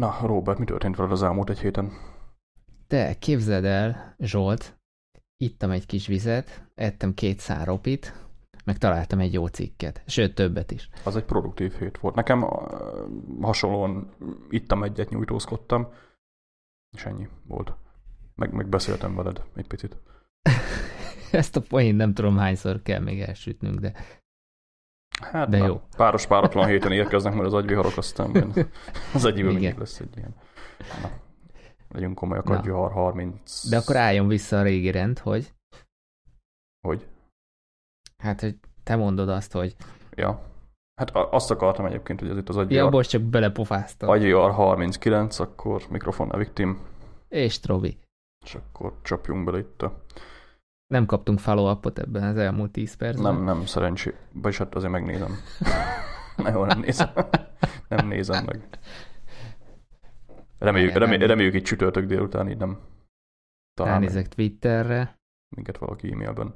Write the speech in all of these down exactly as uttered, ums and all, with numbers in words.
Na, Robert, mi történt veled az elmúlt egy héten? De képzeld el, Zsolt, ittam egy kis vizet, ettem két szál ropit, meg találtam egy jó cikket, sőt többet is. Az egy produktív hét volt. Nekem uh, hasonlóan ittam egyet, nyújtózkodtam, és ennyi volt. Meg, meg beszéltem veled egy picit. Ezt a poént nem tudom hányszor kell még elsütnünk, de, Hát de na, jó. páros páratlan héten érkeznek majd az agyviharok, aztán az egyikből mindig lesz egy ilyen. Na, legyünk komolyak, Na. agyvihar harminc. De akkor álljon vissza a régi rend, hogy Hogy? hát, hogy te mondod azt, hogy Ja. Hát a- azt akartam egyébként, hogy ez itt az ja, agyvihar. bocs, csak belepofáztam. Agyvihar harminckilenc, akkor mikrofonnál Viktim, És Trobi. és akkor csapjunk bele itt a... Nem kaptunk follow-upot ebben az elmúlt tíz percben. Nem, nem szerencsé. Vagyis hát azért megnézem. Na jó, nem nézem. Nem nézem meg. Reméljük, Igen, remé, nem. reméljük itt csütörtök délután így nem talál meg Ránézek Twitterre. minket valaki e-mailben.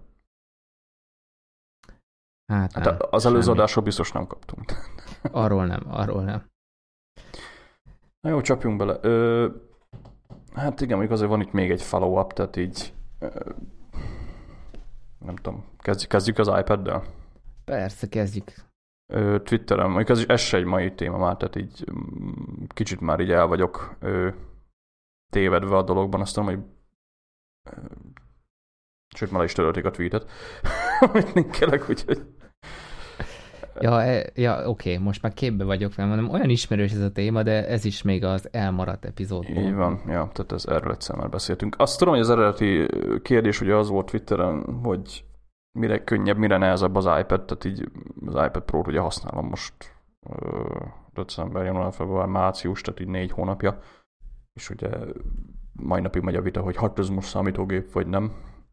Hát, Hát nem, az előző semmi. adásról biztos nem kaptunk. Arról nem, arról nem. Na jó, csapjunk bele. Ö, hát igen, mondjuk azért van itt még egy follow-up, tehát így ö, nem tudom, kezdjük, kezdjük az iPad-del. Persze, kezdjük. Ö, Twitteren, mondjuk ez, ez se egy mai téma már, tehát így mm, kicsit már így el vagyok ö, tévedve a dologban, azt tudom, hogy ö, sőt, már le is törölték a tweetet, amit linkelek, úgyhogy Ja, e, ja oké, most már képbe vagyok, nem mondom, olyan ismerős ez a téma, de ez is még az elmaradt epizódból. így van, ja, tehát ez, erről egyszer már beszéltünk. Azt tudom, hogy az eredeti kérdés ugye az volt Twitteren, hogy mire könnyebb, mire nehezebb az iPad, tehát így az iPad Pro-t ugye használom most ö, december, január, február, március, tehát így négy hónapja, és ugye mai napig megy a vita, hogy hát ez most számítógép, vagy nem.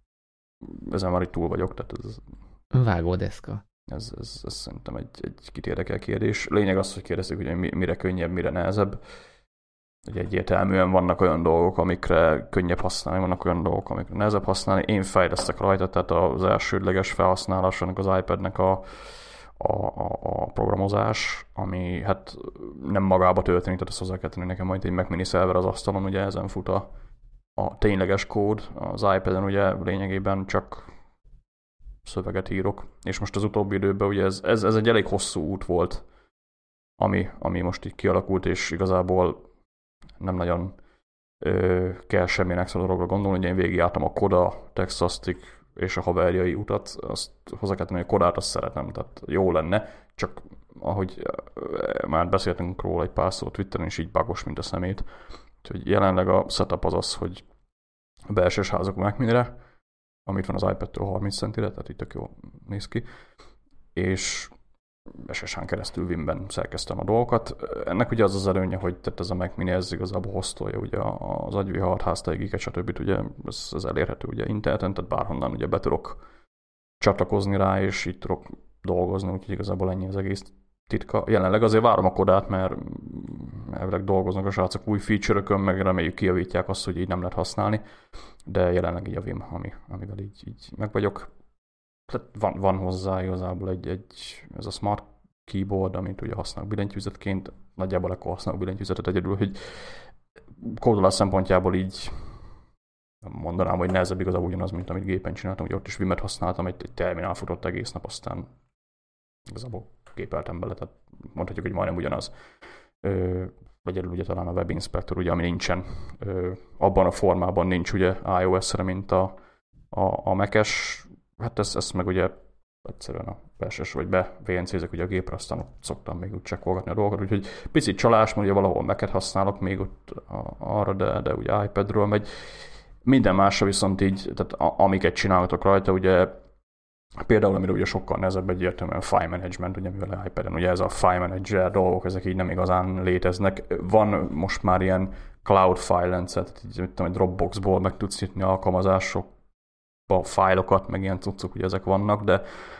Ezen már itt túl vagyok, tehát ez, Vágódeszka. ez, ez, ez szerintem egy, egy kit érdekel kérdés. Lényeg az, hogy kérdezzük, hogy mi- mire könnyebb, mire nehezebb. Ugye egyértelműen vannak olyan dolgok, amikre könnyebb használni, vannak olyan dolgok, amikre nehezebb használni. Én fejlesztek rajta, tehát az elsődleges felhasználásának az iPadnek a, a, a, a programozás, ami hát nem magába történik, tehát ezt hozzá kell tenni nekem majd egy Mac Mini szerver az asztalon, ugye ezen fut a, a tényleges kód. Az iPad-en ugye lényegében csak szöveget írok, és most az utóbbi időben ugye ez, ez, ez egy elég hosszú út volt, ami, ami most így kialakult, és igazából nem nagyon ö, kell semmilyen extra dologra gondolni, hogy én végigjártam a Koda, Texastic és a haverjai utat, azt hozzá kell tenni, hogy a Kodát azt szeretem, tehát jó lenne, csak ahogy ö, már beszéltünk róla egy pár szó Twitteren, és így bagos, mint a szemét. Úgyhogy jelenleg a setup az az, hogy a belsős házak Mac Minire, amit van az iPad-től harminc centire, tehát itt tök jó néz ki, és es es hán keresztül Vimben szerkeztem a dolgokat. Ennek ugye az az előnye, hogy tehát ez a Mac Mini, ez igazából hoztolja ugye az agyvihart, háztáigiket, stb. Ugye ez, ez elérhető ugye interneten, tehát bárhonnan ugye be tudok csatlakozni rá, és itt tudok dolgozni, úgyhogy igazából ennyi az egész titka. Jelenleg azért várom a Kodát, mert elvileg dolgoznak a srácok új feature-ökön, meg reméljük kijavítják azt, hogy így nem lehet használni, de jelenleg így a Vim, ami, amivel így, így meg vagyok. Tehát van, van hozzá igazából egy, egy, ez a smart keyboard, amit ugye használok billentyűzetként, nagyjából akkor használok billentyűzetet egyedül, hogy kódolás szempontjából így mondanám, hogy nehezebb igazából ugyanaz, mint amit gépen csináltam, hogy ott is Vimet használtam, egy, egy terminál futott egész nap, aztán igazából gépeltem bele, tehát mondhatjuk, hogy majdnem ugyanaz. Ö, egyedül ugye talán a Web Inspector, ugye, ami nincsen, ö, abban a formában nincs ugye iOS-re, mint a, a, a Mac-es. Hát ezt, ezt meg ugye egyszerűen a belsős vagy be vé en cé-zek ugye a gépre, aztán ott szoktam még úgy csekkolgatni a dolgokat, úgyhogy picit csalás, mert ugye valahol Mac-et használok még ott a, arra, de, de ugye iPadről megy. Minden másra viszont így, tehát a, amiket csinálhatok rajta, ugye például, amire ugye sokkal nehezebb egyértelműen file management, ugye mivel a iPad-en ugye ez a file manager dolgok, ezek így nem igazán léteznek. Van most már ilyen cloud file rendszer, tehát így, mit tudom, egy Dropboxból meg tudsz nyitni alkalmazások, a fájlokat, meg ilyen cuccok, ugye ezek vannak, de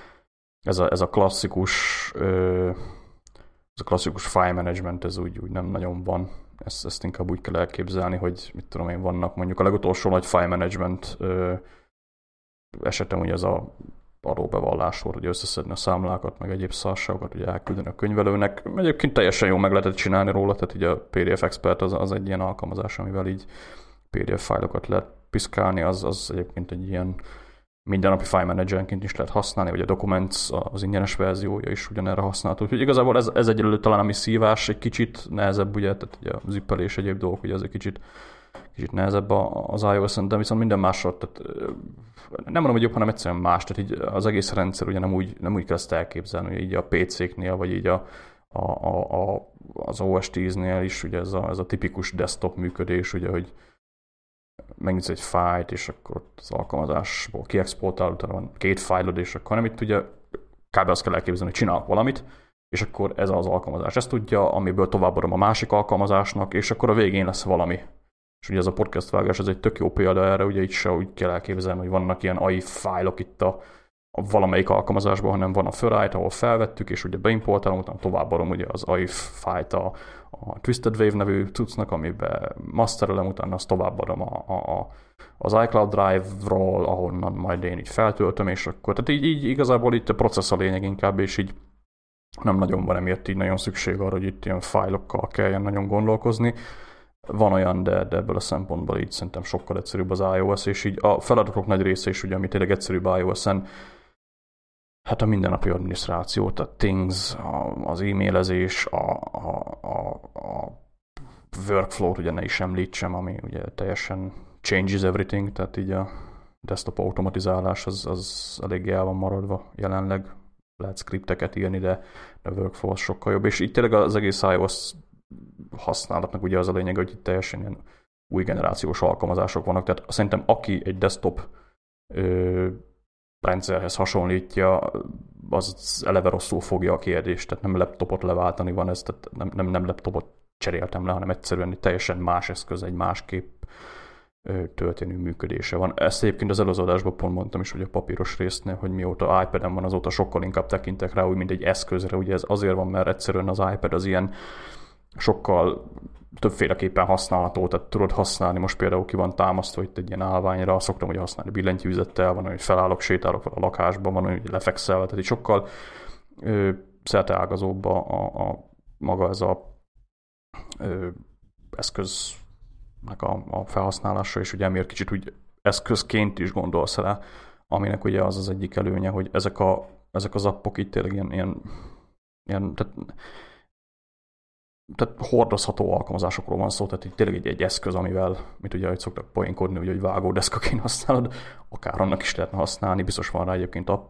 ez a, ez a klasszikus ö, ez a klasszikus file management, ez úgy, úgy nem nagyon van. Ezt, ezt inkább úgy kell elképzelni, hogy mit tudom én, vannak mondjuk a legutolsó nagy file management ö, esetem, ugye ez a adóbevallásról, hogy összeszedni a számlákat, meg egyéb szarságokat, ugye elküldeni a könyvelőnek. Egyébként teljesen jó meg lehetett csinálni róla, tehát így a pé dé ef Expert az, az egy ilyen alkalmazás, amivel így pé dé ef fájlokat lehet piszkálni, az, az egyébként egy ilyen mindennapi file managerként is lehet használni, vagy a Documents, az ingyenes verziója is ugyanerre használható. Úgyhogy igazából ez, ez egyelőre talán ami szívás, egy kicsit nehezebb, ugye, tehát ugye a zippelés egyéb dolgok, ugye az egy kicsit, kicsit nehezebb az iOS-en, de viszont minden másról, tehát nem mondom, hogy jobb, hanem egyszerűen más, tehát így az egész rendszer ugye nem úgy, nem úgy kell ezt elképzelni, hogy így a pé céknél, vagy így a, a, a, a, az o es tíznél is, ugye ez a, ez a tipikus desktop működés, ugye, hogy megnyitsz egy fájlt, és akkor ott az alkalmazásból kiexportál, utána van két fájlod, és akkor nem itt ugye kb. Azt kell elképzelni, hogy csinálok valamit, és akkor ez az alkalmazás ezt tudja, amiből továbbadom a másik alkalmazásnak, és akkor a végén lesz valami. És ugye ez a podcast vágás, ez egy tök jó példa erre, ugye itt se úgy kell elképzelni, hogy vannak ilyen á i fájlok itt a, a valamelyik alkalmazásban, hanem van a Ferrite, ahol felvettük, és ugye beimportálom, utána továbbadom ugye az á i fájlt a, a Twisted Wave nevű cuccnak, amiben masterelem, utána azt továbbadom a, a, az iCloud Drive-ról, ahonnan majd én így feltöltöm, és akkor, tehát így, így igazából itt a processz a lényeg inkább, és így nem nagyon van emiatt így nagyon szükség arra, hogy itt ilyen fájlokkal kelljen nagyon gondolkozni. Van olyan, de, de ebből a szempontból így szerintem sokkal egyszerűbb az iOS, és így a feladatok nagy része is, ugye, ami tényleg egyszerűbb iOS-en, hát a mindennapi adminisztráció, tehát Things, az e-mailezés, a, a, a, a workflow-t ugye ne is említsem, ami ugye teljesen changes everything, tehát így a desktop automatizálás az, az eléggé el van maradva jelenleg. Lehet scripteket írni, de a workflow az sokkal jobb, és így tényleg az egész iOS használatnak ugye az a lényeg, hogy itt teljesen ilyen új generációs alkalmazások vannak, tehát szerintem aki egy desktop ö, rendszerhez hasonlítja, az eleve rosszul fogja a kérdést, tehát nem laptopot leváltani van ez, tehát nem, nem, nem laptopot cseréltem le, hanem egyszerűen egy teljesen más eszköz, egy másképp ö, történő működése van. Ezt egyébként az előző adásban pont mondtam is, hogy a papíros résznél, hogy mióta iPad-en van, azóta sokkal inkább tekintek rá, úgy, mint egy eszközre, ugye ez azért van, mert egyszerűen az iPad az ilyen sokkal többféleképpen használható, tehát tudod használni, most például ki van támasztva itt egy ilyen állványra, szoktam ugye használni billentyűzettel, van, hogy felállok, sétálok a lakásban, van, hogy lefekszel, tehát így sokkal ö, szerteágazóbb a, a, a maga ez a ö, eszköznek a, a felhasználása, és ugye emiatt kicsit úgy eszközként is gondolsz rá, aminek ugye az az egyik előnye, hogy ezek, a, ezek az appok itt tényleg ilyen, ilyen, ilyen tehát, tehát hordozható alkalmazásokról van szó, tehát így tényleg egy, egy eszköz, amivel, mint ugye, hogy szoktak poénkodni, ugye, hogy vágódeszkaként használod, akár annak is lehetne használni, biztos van rá egyébként app,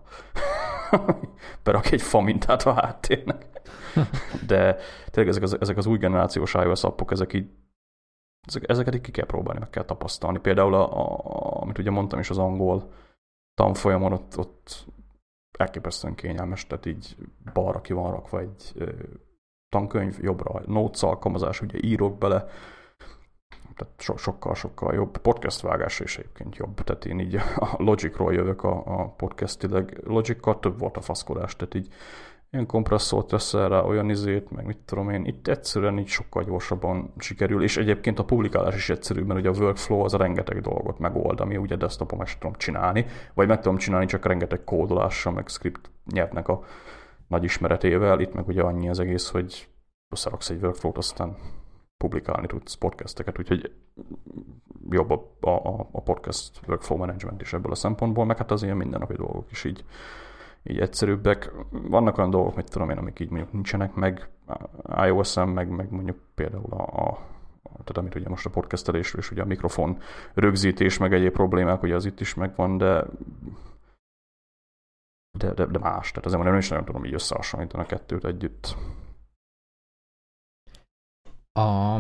berak egy fa mintát a háttérnek. De tényleg ezek az, ezek az új generációs iOS appok, ezek így, ezek, ezeket így ki kell próbálni, meg kell tapasztalni. Például, a, a, amit ugye mondtam is az angol tanfolyamon, ott, ott elképesztően kényelmes, tehát így balra ki van rakva egy tankönyv, jobbra notes alkalmazás, ugye írok bele, tehát so, sokkal-sokkal jobb. Podcast vágás is egyébként jobb, tehát én így a Logicról jövök a, a podcastileg. Logical több volt a faszkodás, tehát így ilyen kompresszort teszel rá, olyan izét, meg mit tudom én, itt egyszerűen így sokkal gyorsabban sikerül, és egyébként a publikálás is egyszerűbb, mert ugye a workflow az a rengeteg dolgot megold, ami ugye desktopon meg tudom csinálni, vagy meg tudom csinálni csak rengeteg kódolással, meg script nyelvnek a nagy ismeretével, itt meg ugye annyi az egész, hogy összeraksz egy workflow-t, aztán publikálni tudsz podcasteket, úgyhogy jobb a, a, a podcast workflow management is ebből a szempontból, meg hát az ilyen mindennapi dolgok is így, így egyszerűbbek. Vannak olyan dolgok, mit tudom én, amik így mondjuk nincsenek meg iOS-en, meg, meg mondjuk például a, a tehát amit ugye most a podcastelésről és ugye a mikrofon rögzítés, meg egyéb problémák, ugye az itt is megvan, de De, de, de más, tehát azért nem is nagyon tudom így összehasonlítani a kettőt együtt. A...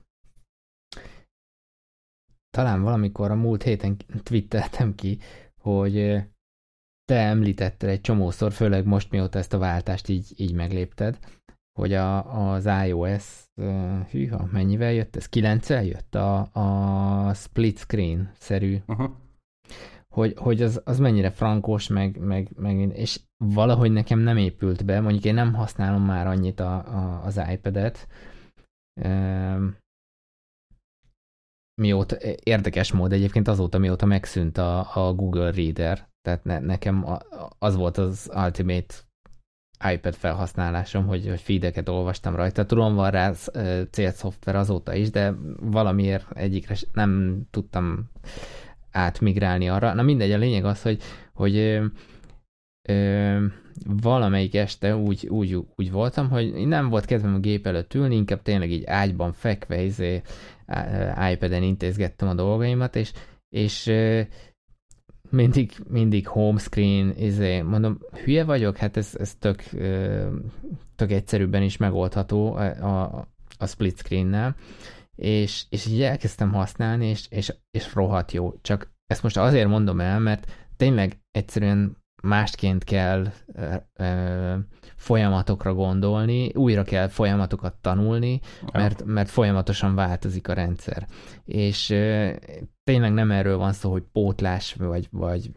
Talán valamikor a múlt héten twitteltem ki, hogy te említetted egy csomószor, főleg most mióta ezt a váltást így, így meglépted, hogy a, az iOS, hűha, mennyivel jött ez? kilenccel jött? A, a split screen-szerű. Uh-huh. hogy, hogy az, az mennyire frankos, meg, meg, meg, és valahogy nekem nem épült be, mondjuk én nem használom már annyit a, a, az iPad-et, um, mióta, érdekes mód egyébként azóta, mióta megszűnt a, a Google Reader, Tehát ne, nekem a, az volt az ultimate iPad felhasználásom, hogy, hogy feedeket olvastam rajta. Tudom, van rá célszoftver azóta is, de valamiért egyikre nem tudtam átmigrálni arra. Na mindegy, a lényeg az, hogy, hogy ö, ö, valamelyik este úgy, úgy, úgy voltam, hogy nem volt kedvem a gép előtt ülni, inkább tényleg így ágyban fekve izé, iPad-en intézgettem a dolgaimat, és, és mindig, mindig home screen, izé, mondom, hülye vagyok, hát ez, ez tök, tök egyszerűbben is megoldható a, a, a split screen-nel, és, és így elkezdtem használni, és, és, és rohadt jó. Csak ezt most azért mondom el, mert tényleg egyszerűen másként kell ö, ö, folyamatokra gondolni, újra kell folyamatokat tanulni, mert, mert folyamatosan változik a rendszer. És ö, tényleg nem erről van szó, hogy pótlás, vagy, vagy,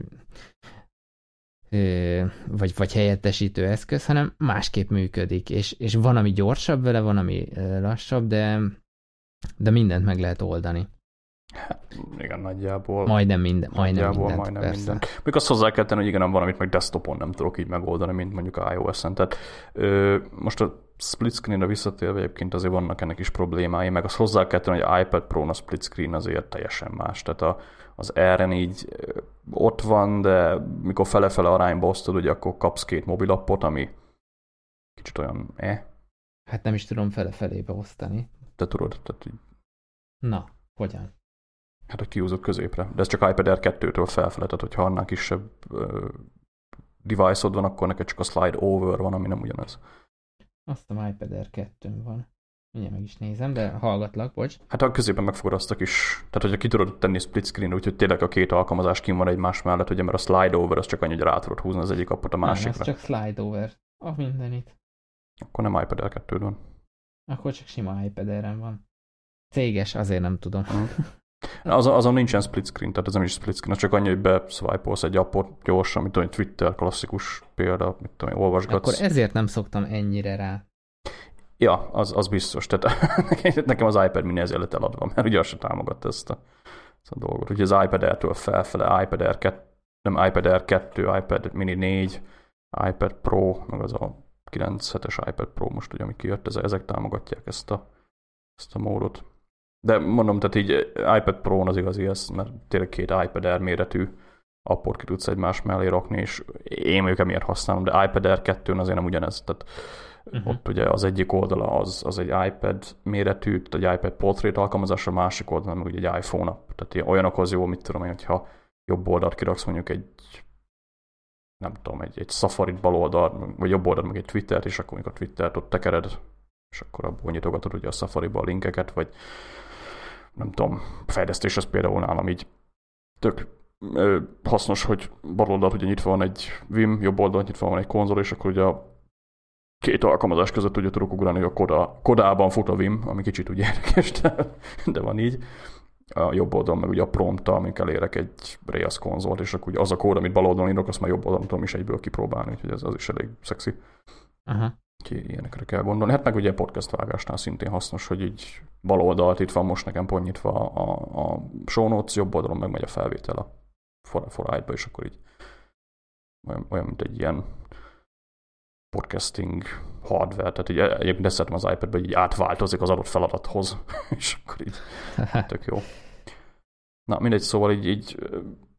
ö, vagy, vagy helyettesítő eszköz, hanem másképp működik. És, és van, ami gyorsabb vele, van, ami lassabb, de, de mindent meg lehet oldani. Hát, igen, nagyjából. Majdnem minden, majdnem nagyjából mindent, majdnem persze. minden. Még azt hozzá kell tenni, hogy igen, van, amit meg desktopon nem tudok így megoldani, mint mondjuk iOS-en. Tehát ö, most a split screen-re visszatérve egyébként azért vannak ennek is problémái, meg azt hozzá kell tenni, hogy iPad Pro-n a split screen azért teljesen más. Tehát a, az R-en így ö, ott van, de mikor fele-fele arányba osztod, ugye akkor kapsz két mobilappot, ami kicsit olyan eh. Hát nem is tudom fele-felébe osztani. Te tudod, tehát így. Na, hogyan? Hát, hogy kiúzott középre. De ez csak iPad Air kettőtől felfele, tehát hogyha annál kisebb uh, device-od van, akkor neked csak a slide over van, ami nem ugyanaz. Azt a iPad Air kettőn van. Mindjárt meg is nézem, de hallgatlak, bocs. Hát a középen megfogod azt a kis, tehát hogyha ki tudod tenni split screen, úgyhogy tényleg a két alkalmazás kim van egymás mellett, ugye, mert a slide over az csak annyi, hogy rá tudod húzni az egyik appot a másikra. Nem, ez csak slide over. Ah, mindenit. Akkor nem iPad Air kettőd van. Akkor csak sima iPad Air-en van. Céges, azért nem tudom. Hmm. Azon, azon nincsen split screen, tehát ez nem is split screen, az csak annyi, hogy beswipe-olsz egy appot gyorsan, mint olyan Twitter klasszikus példa, mit tudom, olvasgatsz. Akkor ezért nem szoktam ennyire rá. Ja, az, az biztos. Tehát nekem az iPad mini ezért lett eladva, mert ugye azt se támogatta ezt a, ezt a dolgot. Ugye az iPad Air-től felfele, iPad Air kettő, nem iPad Air kettő, iPad mini négy, iPad Pro, meg az a kilenc hetes iPad Pro most ugye, ami kijött, ezek támogatják ezt a, ezt a módot. De mondom, tehát így iPad Pro-n az igazi ez, mert tényleg két iPad Air méretű appot ki tudsz egymás mellé rakni, és én őket miért használom, de iPad Air kettőn azért nem ugyanez. Tehát uh-huh. Ott ugye az egyik oldala az, az egy iPad méretű, egy iPad Portrait alkalmazás, a másik oldala meg ugye egy iPhone app. Tehát olyanokhoz jó, mit tudom én, hogyha jobb oldalt kiraksz mondjuk egy nem tudom, egy, egy Safari-t bal oldalt, vagy jobb oldalt meg egy Twittert, és akkor amikor a Twittert ott tekered, és akkor abból nyitogatod ugye a Safari-ba a linkeket, vagy nem tudom, fejlesztés az például nálam így tök ö, hasznos, hogy bal oldalt ugye nyitva van egy Vim, jobb oldalt nyitva van egy konzol, és akkor ugye a két alkalmazás között ugye tudok ugrani, hogy a Koda, Kodában fut a Vim, ami kicsit ugye érdekes, de, de van így. A jobb oldalon meg ugye a prompttal, amikor elérek egy Rails konzolt, és akkor ugye az a kód, amit bal oldalon írok, azt már jobb oldalon tudom is egyből kipróbálni, úgyhogy ez az is elég szexi. Aha. Ki ilyenekre kell gondolni. Hát meg ugye podcast vágásnál szintén hasznos, hogy így bal oldalt itt van most nekem pont nyitva a, a show notes, jobb oldalon meg megy a felvétel a for, for és akkor így olyan, olyan, mint egy ilyen podcasting hardware, tehát így egyébként ezt szeretem az iPad-be, hogy így átváltozik az adott feladathoz, és akkor így tök jó. Na, mindegy, szóval így, így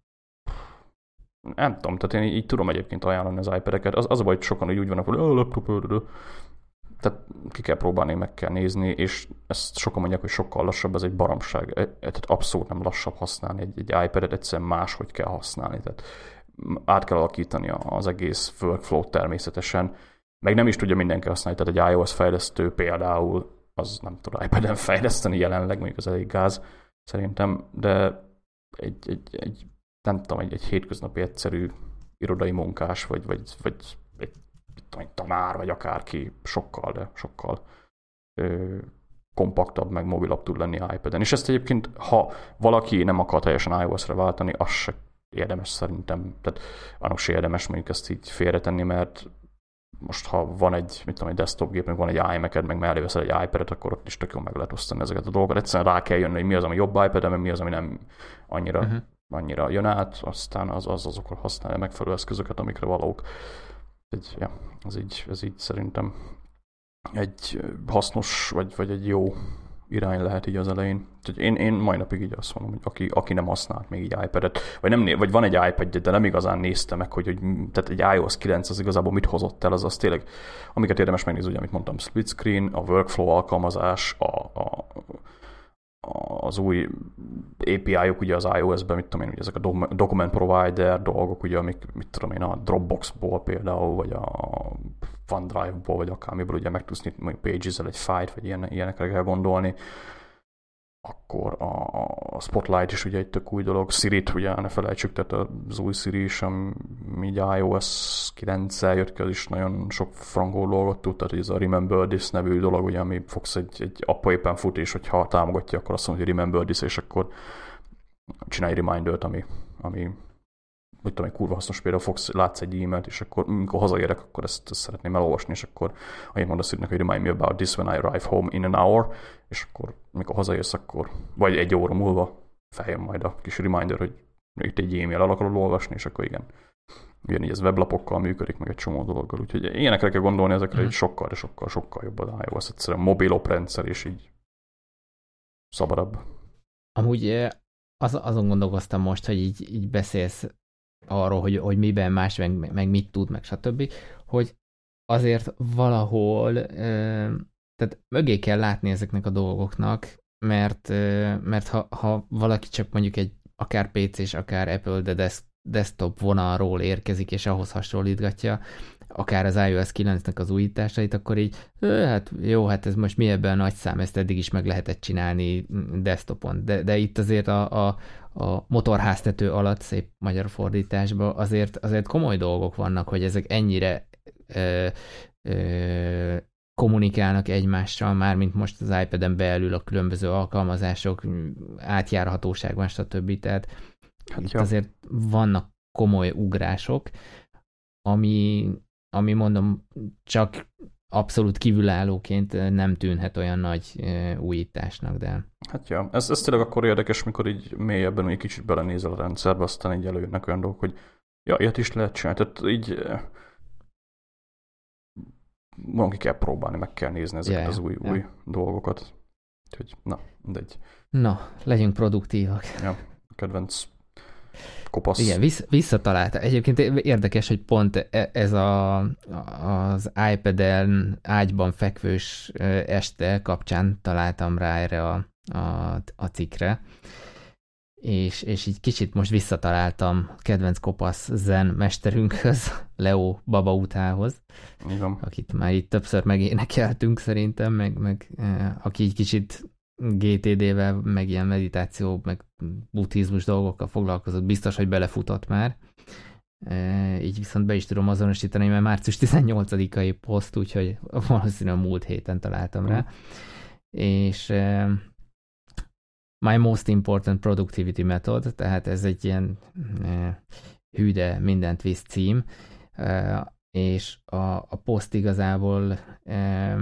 nem tudom, tehát én így, így tudom egyébként ajánlani az iPad-eket. Az, az a baj, hogy sokan így úgy vannak, hogy a laptop, tehát ki kell próbálni, meg kell nézni, és ezt sokan mondják, hogy sokkal lassabb, ez egy baromság. Tehát abszolút nem lassabb használni egy, egy iPad-et, egyszerűen máshogy kell használni. Tehát át kell alakítani az egész workflow-t természetesen. Meg nem is tudja mindenki használni, tehát egy iOS fejlesztő például az nem tud iPad-en fejleszteni jelenleg, mondjuk az elég gáz szerintem, de egy, egy, egy nem tudom, egy, egy hétköznapi egyszerű irodai munkás, vagy, vagy, vagy egy, tudom, egy tanár, vagy akárki sokkal, de sokkal ö, kompaktabb, meg mobilabb tud lenni iPad-en. És ezt egyébként, ha valaki nem akar teljesen iOS-re váltani, az se érdemes szerintem, tehát annak se érdemes mondjuk ezt így félretenni, mert most ha van egy, mit tudom, egy desktop gép, meg van egy iMac-ed, meg mellé veszel egy iPad-et, akkor ott is tök jól meg lehet osztani ezeket a dolgokat. Egyszerűen rá kell jönni, hogy mi az, ami jobb iPad-en, meg mi az, ami nem annyira uh-huh. annyira jön át, aztán az, az azokra használja megfelelő eszközöket, amikre valók. Egy, ja, ez, így, ez így szerintem egy hasznos, vagy, vagy egy jó irány lehet így az elején. Én, én mai napig így azt mondom, hogy aki, aki nem használt még így iPad-et, vagy, nem, vagy van egy iPad, de nem igazán nézte meg, hogy, hogy tehát egy iOS kilenc az igazából mit hozott el, az az tényleg, amiket érdemes megnézni, ugye, amit mondtam, split screen, a workflow alkalmazás, a, a, az új á pé í-ok ugye az iOS-ben, mit tudom én, ugye ezek a document provider dolgok, ugye, amik, mit tudom én, a Dropbox-ból például, vagy a OneDrive-ból, vagy akármiből ugye meg tudsz nyitni Pages-el egy fájlt, vagy ilyen, ilyenekre kell gondolni. Akkor a, a Spotlight is ugye egy tök új dolog. Siri-t ugye ne felejtsük, tehát az új Siri is, ami így iOS kilenccel jött ki, az is nagyon sok frankó dolgot tud, tehát ez a Remember This nevű dolog, ugye, ami fogsz egy, egy appa éppen fut, és hogyha támogatja, akkor azt mondja, hogy Remember This, és akkor csinálj reminder-t, ami, ami mit tudom, egy kurva hasznos, például fogsz, látsz egy e-mailt, és akkor amikor hazaérek, akkor ezt, ezt szeretném elolvasni, és akkor annyit mondasz, hogy remind me about this when I arrive home in an hour, és akkor mikor hazaérsz, akkor vagy egy óra múlva feljön majd a kis reminder, hogy itt egy e-mail el akarod olvasni, és akkor igen. Ugyanígy ez weblapokkal működik, meg egy csomó dologgal, úgyhogy ilyenekre kell gondolni, ezekre egy sokkal, de sokkal, sokkal jobb az iOS, egyszerűen mobil oprendszer, és így szabadabb. Amúgy az, azon gondolkoztam most, hogy így, így beszélsz arról, hogy, hogy miben más, meg, meg mit tud, meg stb., hogy azért valahol, tehát mögé kell látni ezeknek a dolgoknak, mert, mert ha, ha valaki csak mondjuk egy akár pé cés, akár Apple, de desk, desktop vonalról érkezik, és ahhoz hasonlítgatja, akár az iOS kilencnek az újításait, akkor így, hát jó, hát ez most mi ebben a nagy szám, ezt eddig is meg lehetett csinálni desktopon, de, de itt azért a, a a motorháztető alatt, szép magyar fordításban, azért, azért komoly dolgok vannak, hogy ezek ennyire ö, ö, kommunikálnak egymással, már mint most az iPad-en belül a különböző alkalmazások, átjárhatóság van, stb. Tehát hát itt jó. Azért vannak komoly ugrások, ami, ami mondom, csak abszolút kívülállóként nem tűnhet olyan nagy újításnak, de... Hát ja, ez, ez tényleg akkor érdekes, mikor így mélyebben egy kicsit belenézel a rendszerbe, aztán így előjönnek olyan dolgok, hogy ja, ilyet is lehet csinálni. Tehát így van, ki kell próbálni, meg kell nézni ezeket yeah, az új, yeah. új dolgokat. Úgyhogy, na, mindegy. Na, legyünk produktívak. Ja, kedvenc kopasz. Igen, vissz, visszatalálta. Egyébként érdekes, hogy pont ez a, az iPad-en ágyban fekvős este kapcsán találtam rá erre a, a, a cikkre, és, és így kicsit most visszataláltam kedvenc kopasz zen mesterünkhöz, Leo Babautához, igen. Akit már itt többször megénekeltünk szerintem, meg, meg aki így kicsit gé té dé-vel, meg ilyen meditáció, meg buddhizmus dolgokkal foglalkozott, biztos, hogy belefutott már. E, így viszont be is tudom azonosítani, mert március tizennyolcadikai poszt, úgyhogy valószínűleg múlt héten találtam rá. Mm. És e, My Most Important Productivity Method, tehát ez egy ilyen e, hű, de mindent visz cím, e, és a, a poszt igazából e,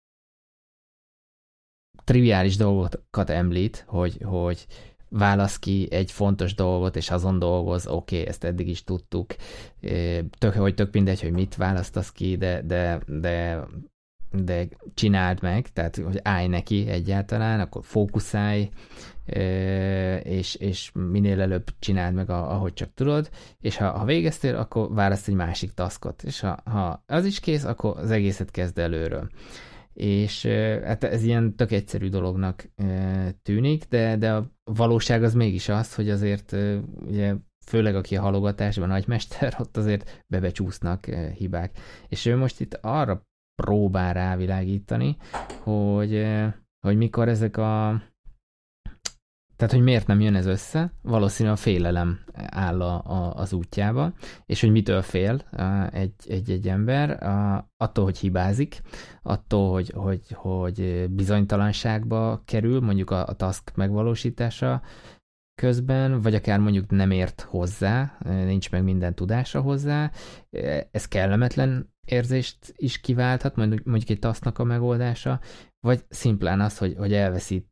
triviális dolgokat említ, hogy, hogy válasz ki egy fontos dolgot, és azon dolgoz, oké, okay, ezt eddig is tudtuk, tök, hogy tök mindegy, hogy mit választasz ki, de, de, de, de csináld meg, tehát hogy állj neki egyáltalán, akkor fókuszálj, és, és minél előbb csináld meg, ahogy csak tudod, és ha, ha végeztél, akkor választ egy másik taskot, és ha, ha az is kész, akkor az egészet kezd előről. És hát ez ilyen tök egyszerű dolognak tűnik, de, de a valóság az mégis az, hogy azért ugye, főleg aki a halogatásban nagymester, ott azért bebecsúsznak hibák. És ő most itt arra próbál rávilágítani, hogy, hogy mikor ezek a... Tehát, hogy miért nem jön ez össze, valószínűleg a félelem áll a, a, az útjába, és hogy mitől fél egy, egy, egy ember, attól, hogy hibázik, attól, hogy, hogy, hogy bizonytalanságba kerül, mondjuk a, a task megvalósítása közben, vagy akár mondjuk nem ért hozzá, nincs meg minden tudása hozzá, ez kellemetlen érzést is kiválthat, mondjuk egy tasknak a megoldása, vagy szimplán az, hogy, hogy elveszít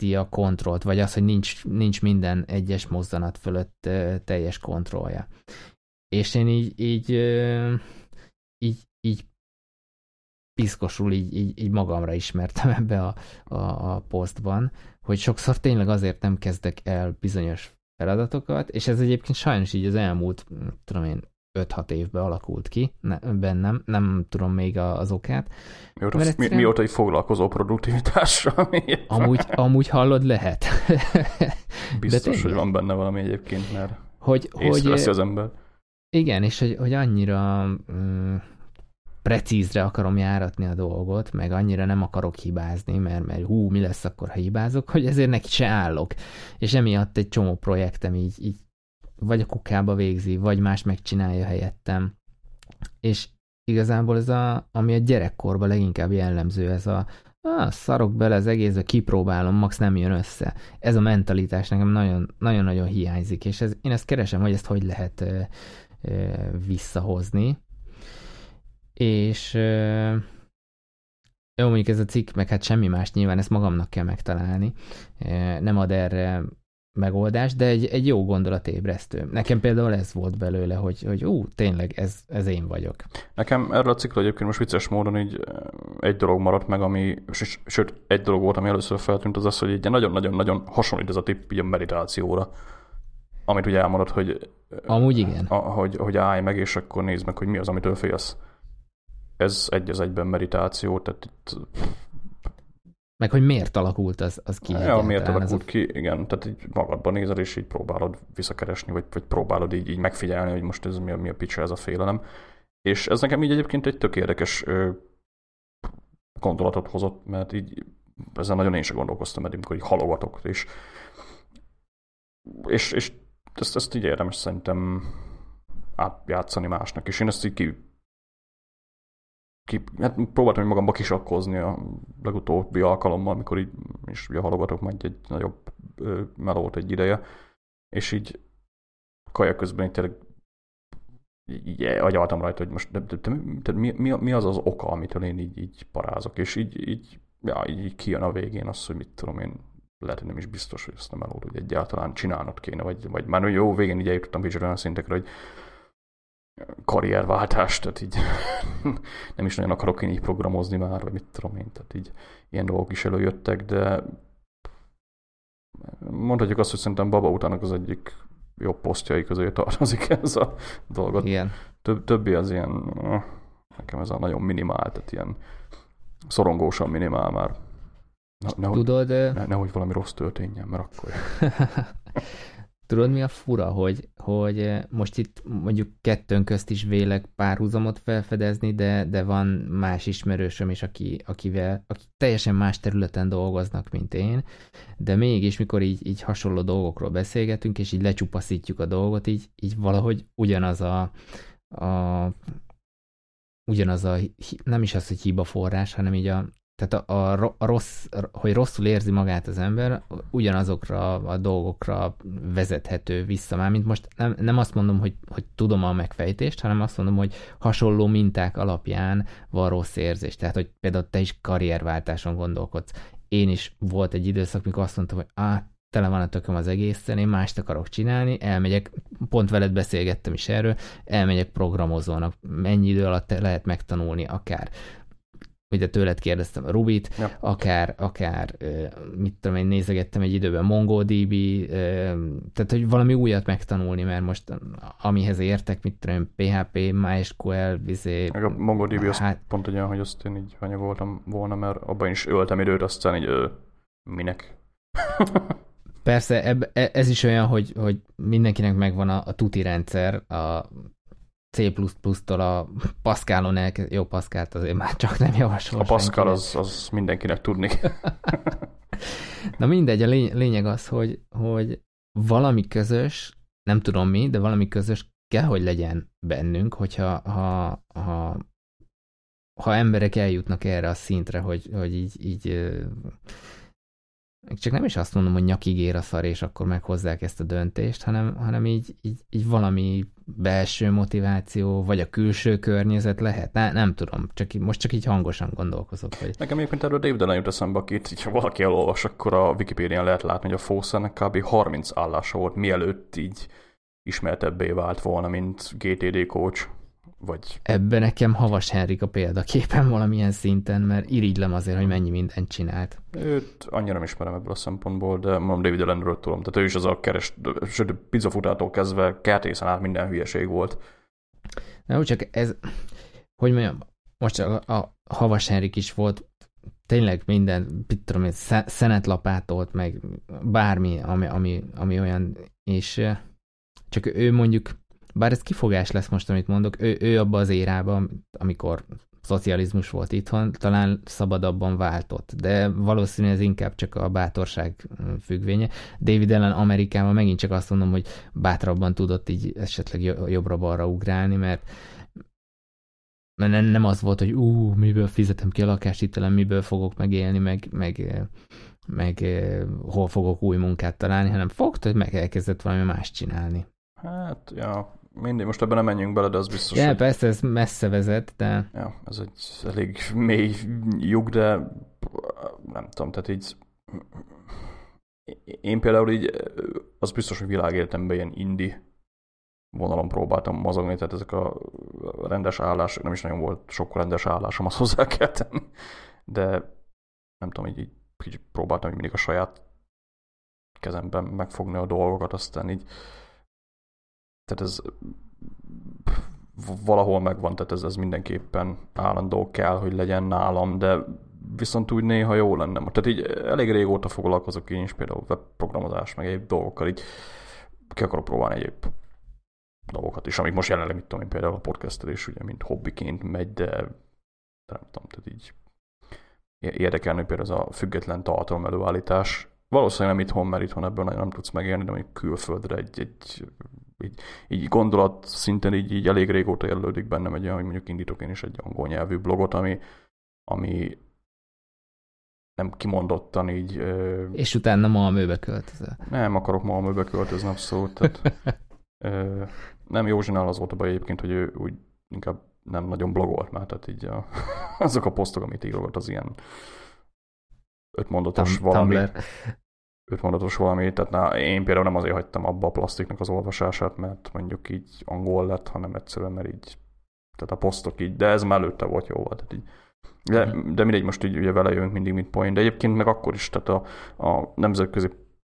elveszti a kontrollt, vagy az, hogy nincs, nincs minden egyes mozzanat fölött teljes kontrollja. És én így, így, így, így piszkosul így, így, így magamra ismertem ebbe a, a, a posztban, hogy sokszor tényleg azért nem kezdek el bizonyos feladatokat, és ez egyébként sajnos így az elmúlt, tudom én, öt-hat évben alakult ki ne, bennem, nem tudom még a, az okát. Mióta, mi, mióta így foglalkozol produktivitással? Amúgy, amúgy hallod, lehet. Biztos, hogy van benne valami egyébként, mert hogy, észreveszi hogy, az ember. Igen, és hogy, hogy annyira mm, precízre akarom járatni a dolgot, meg annyira nem akarok hibázni, mert, mert hú, mi lesz akkor, ha hibázok, hogy ezért neki se állok. És emiatt egy csomó projektem így, így vagy a kukába végzi, vagy más megcsinálja helyettem. És igazából ez a, ami a gyerekkorban leginkább jellemző, ez a ah, szarok bele az egészbe, kipróbálom, max nem jön össze. Ez a mentalitás nekem nagyon, nagyon-nagyon hiányzik, és ez, én ezt keresem, hogy ezt hogy lehet ö, ö, visszahozni. És ö, jó, mondjuk ez a cikk, meg hát semmi más, nyilván ezt magamnak kell megtalálni. Nem ad erre megoldás, de egy, egy jó gondolatébresztő. Nekem például ez volt belőle, hogy, hogy ú, tényleg ez, ez én vagyok. Nekem erről a cikkről egyébként most vicces módon így egy dolog maradt meg, ami, sőt, egy dolog volt, ami először feltűnt, az az, hogy egy nagyon-nagyon-nagyon hasonlít ez a tipp így a meditációra. Amit ugye elmondod, hogy amúgy igen. A, hogy, hogy állj meg, és akkor nézd meg, hogy mi az, amitől félsz. Ez egy az egyben meditáció, tehát itt... Meg hogy miért alakult az, az ki? Ja, miért alakult a... ki, igen. Tehát így magadban nézel, és így próbálod visszakeresni, vagy, vagy próbálod így, így megfigyelni, hogy most ez mi a, mi a picsa, ez a félelem. És ez nekem így egyébként egy tök érdekes ö, gondolatot hozott, mert így ezzel nagyon én sem gondolkoztam eddig, amikor így halogatok. És, és, és ezt, ezt így érdemes szerintem átjátszani másnak. És én ezt így ki Ki, hát próbáltam magamba kisakkozni a legutóbbi alkalommal, amikor így is ugye halogatok majd egy nagyobb ö, melót egy ideje, és így kaja közben így tényleg így agyaltam rajta, hogy most de, de, de, de mi, mi, mi az az oka, amitől én így, így parázok, és így, így, ja, így kijön a végén az, hogy mit tudom én, lehet, hogy nem is biztos, hogy ezt a melót hogy egyáltalán csinálnod kéne, vagy, vagy már jó, végén így eljutottam kicsit olyan szintekre, hogy karrierváltás, tehát így nem is nagyon akarok én így programozni már, vagy mit tudom én, tehát így ilyen dolgok is előjöttek, de mondhatjuk azt, hogy szerintem Baba utának az egyik jobb posztjai közé tartozik ez a dolgot. Igen. Több, többi az ilyen, nekem ez a nagyon minimál, tehát ilyen szorongósan minimál már. Nehogy, Tudod, ne, nehogy valami rossz történjen, mert akkor... Tudod, mi a fura, hogy, hogy most itt mondjuk kettőnk közt is vélek párhuzamot felfedezni, de, de van más ismerősöm is, aki, akivel, akik teljesen más területen dolgoznak, mint én, de mégis, mikor így, így hasonló dolgokról beszélgetünk, és így lecsupaszítjuk a dolgot, így, így valahogy ugyanaz a, a ugyanaz a, nem is az, hogy hiba forrás, hanem így a Tehát a, a, a rossz, hogy rosszul érzi magát az ember, ugyanazokra a dolgokra vezethető vissza már, mint most nem, nem azt mondom, hogy, hogy tudom a megfejtést, hanem azt mondom, hogy hasonló minták alapján van rossz érzés. Tehát, hogy például te is karrierváltáson gondolkodsz. Én is volt egy időszak, mikor azt mondtam, hogy á, tele van a tököm az egészen, én mást akarok csinálni, elmegyek, pont veled beszélgettem is erről, elmegyek programozónak. Mennyi idő alatt lehet megtanulni akár ugye tőled kérdeztem a Rubit, ja. akár, akár mit tudom én, nézegettem egy időben MongoDB, tehát hogy valami újat megtanulni, mert most amihez értek, mit tudom én, pé há pé, MySQL, vizé... Meg a MongoDB az hát, pont olyan, hogy azt én így hanyagoltam volna, mert abban is öltem időt, aztán így ö, minek? Persze, eb, ez is olyan, hogy, hogy mindenkinek megvan a, a tuti rendszer, a C plusz plusz-tól a Pascalon elkezd... Jó, Pascalt azért már csak nem javasol. A Pascal az, az mindenkinek tudni. Na mindegy, a lény- lényeg az, hogy, hogy valami közös, nem tudom mi, de valami közös kell, hogy legyen bennünk, hogyha ha, ha, ha emberek eljutnak erre a szintre, hogy, hogy így, így csak nem is azt mondom, hogy nyakig ér a szar, és akkor meghozzák ezt a döntést, hanem, hanem így, így, így valami belső motiváció, vagy a külső környezet lehet. Ne, nem tudom, csak, most csak így hangosan gondolkozok. Hogy... Nekem egyébként erről David Allen jut eszembe, akit, ha valaki elolvas, akkor a Wikipédián lehet látni, hogy a Fawcett-nek kb. harminc állása volt, mielőtt így ismertebbé vált volna, mint gé té dé coach. Vagy... Ebben nekem Havas Henrik a példaképen valamilyen szinten, mert irigylem azért, hogy mennyi mindent csinált. Őt annyira nem ismerem ebből a szempontból, de mondom, David Allenről tudom. Tehát ő is az a keres, sőt, pizzafutától kezdve kertészen át minden hülyeség volt. Na úgy csak ez, hogy mondjam, most a, a Havas Henrik is volt, tényleg minden, mit tudom én, szenetlapátolt, meg bármi, ami, ami, ami olyan, és csak ő mondjuk, bár ez kifogás lesz most, amit mondok, ő, ő abban az érában, amikor szocializmus volt itthon, talán szabadabban váltott, de valószínűleg ez inkább csak a bátorság függvénye. David Allen Amerikában megint csak azt mondom, hogy bátrabban tudott így esetleg jobbra-balra ugrálni, mert mert nem az volt, hogy ú, miből fizetem ki a lakáshitelem, miből fogok megélni, meg, meg, meg hol fogok új munkát találni, hanem fogta, hogy meg elkezdett valami más csinálni. Hát, ja, mindig, most ebben nem menjünk bele, de az biztos, ja, hogy... persze, ez messze vezet, de... Ja, ez egy elég mély lyuk, de nem tudom, tehát így... Én például így, az biztos, hogy világéletemben ilyen indie vonalon próbáltam mozogni, tehát ezek a rendes állások, nem is nagyon volt sok rendes állásom, azt hozzá kell tenni, de nem tudom, így, így kicsit próbáltam így mindig a saját kezemben megfogni a dolgokat, aztán így tehát ez valahol megvan, tehát ez, ez mindenképpen állandó kell, hogy legyen nálam, de viszont úgy néha jó lenne. Tehát így elég régóta foglalkozok én is, például webprogramozás, meg egyéb dolgokkal, így ki akarok próbálni egyéb dolgokat is, amik most jelenleg, mit tudom én, például a podcastelés, ugye, mint hobbiként megy, de, de nem tudom, tehát így érdekelni, hogy például ez a független tartalom előállítás. Valószínűleg nem itthon, mert itthon ebből nagyon nem tudsz megélni, de mondjuk külföldre egy, egy így, így gondolat szinten így, így elég régóta jelölődik bennem egy olyan, hogy mondjuk indítok én is egy angol nyelvű blogot, ami, ami nem kimondottan így... Ö... És utána Malmöbe költözel. Nem akarok Malmöbe költözni abszolút. Tehát, ö, nem, Józsinál az volt a baj egyébként, hogy ő úgy inkább nem nagyon blogolt már, tehát így a, azok a posztok, amit írogat, az ilyen ötmondatos Tum- valami. Tumblr. ötmondatos valami, tehát na, én például nem azért hagytam abba a plastiknak az olvasását, mert mondjuk így angol lett, hanem egyszerűen, mert így, tehát a posztok így, de ez már előtte volt jó volt, tehát így. De, uh-huh. de mindegy, most így ugye vele jövünk mindig, mint point, de egyébként meg akkor is, tehát a, a nemzetközi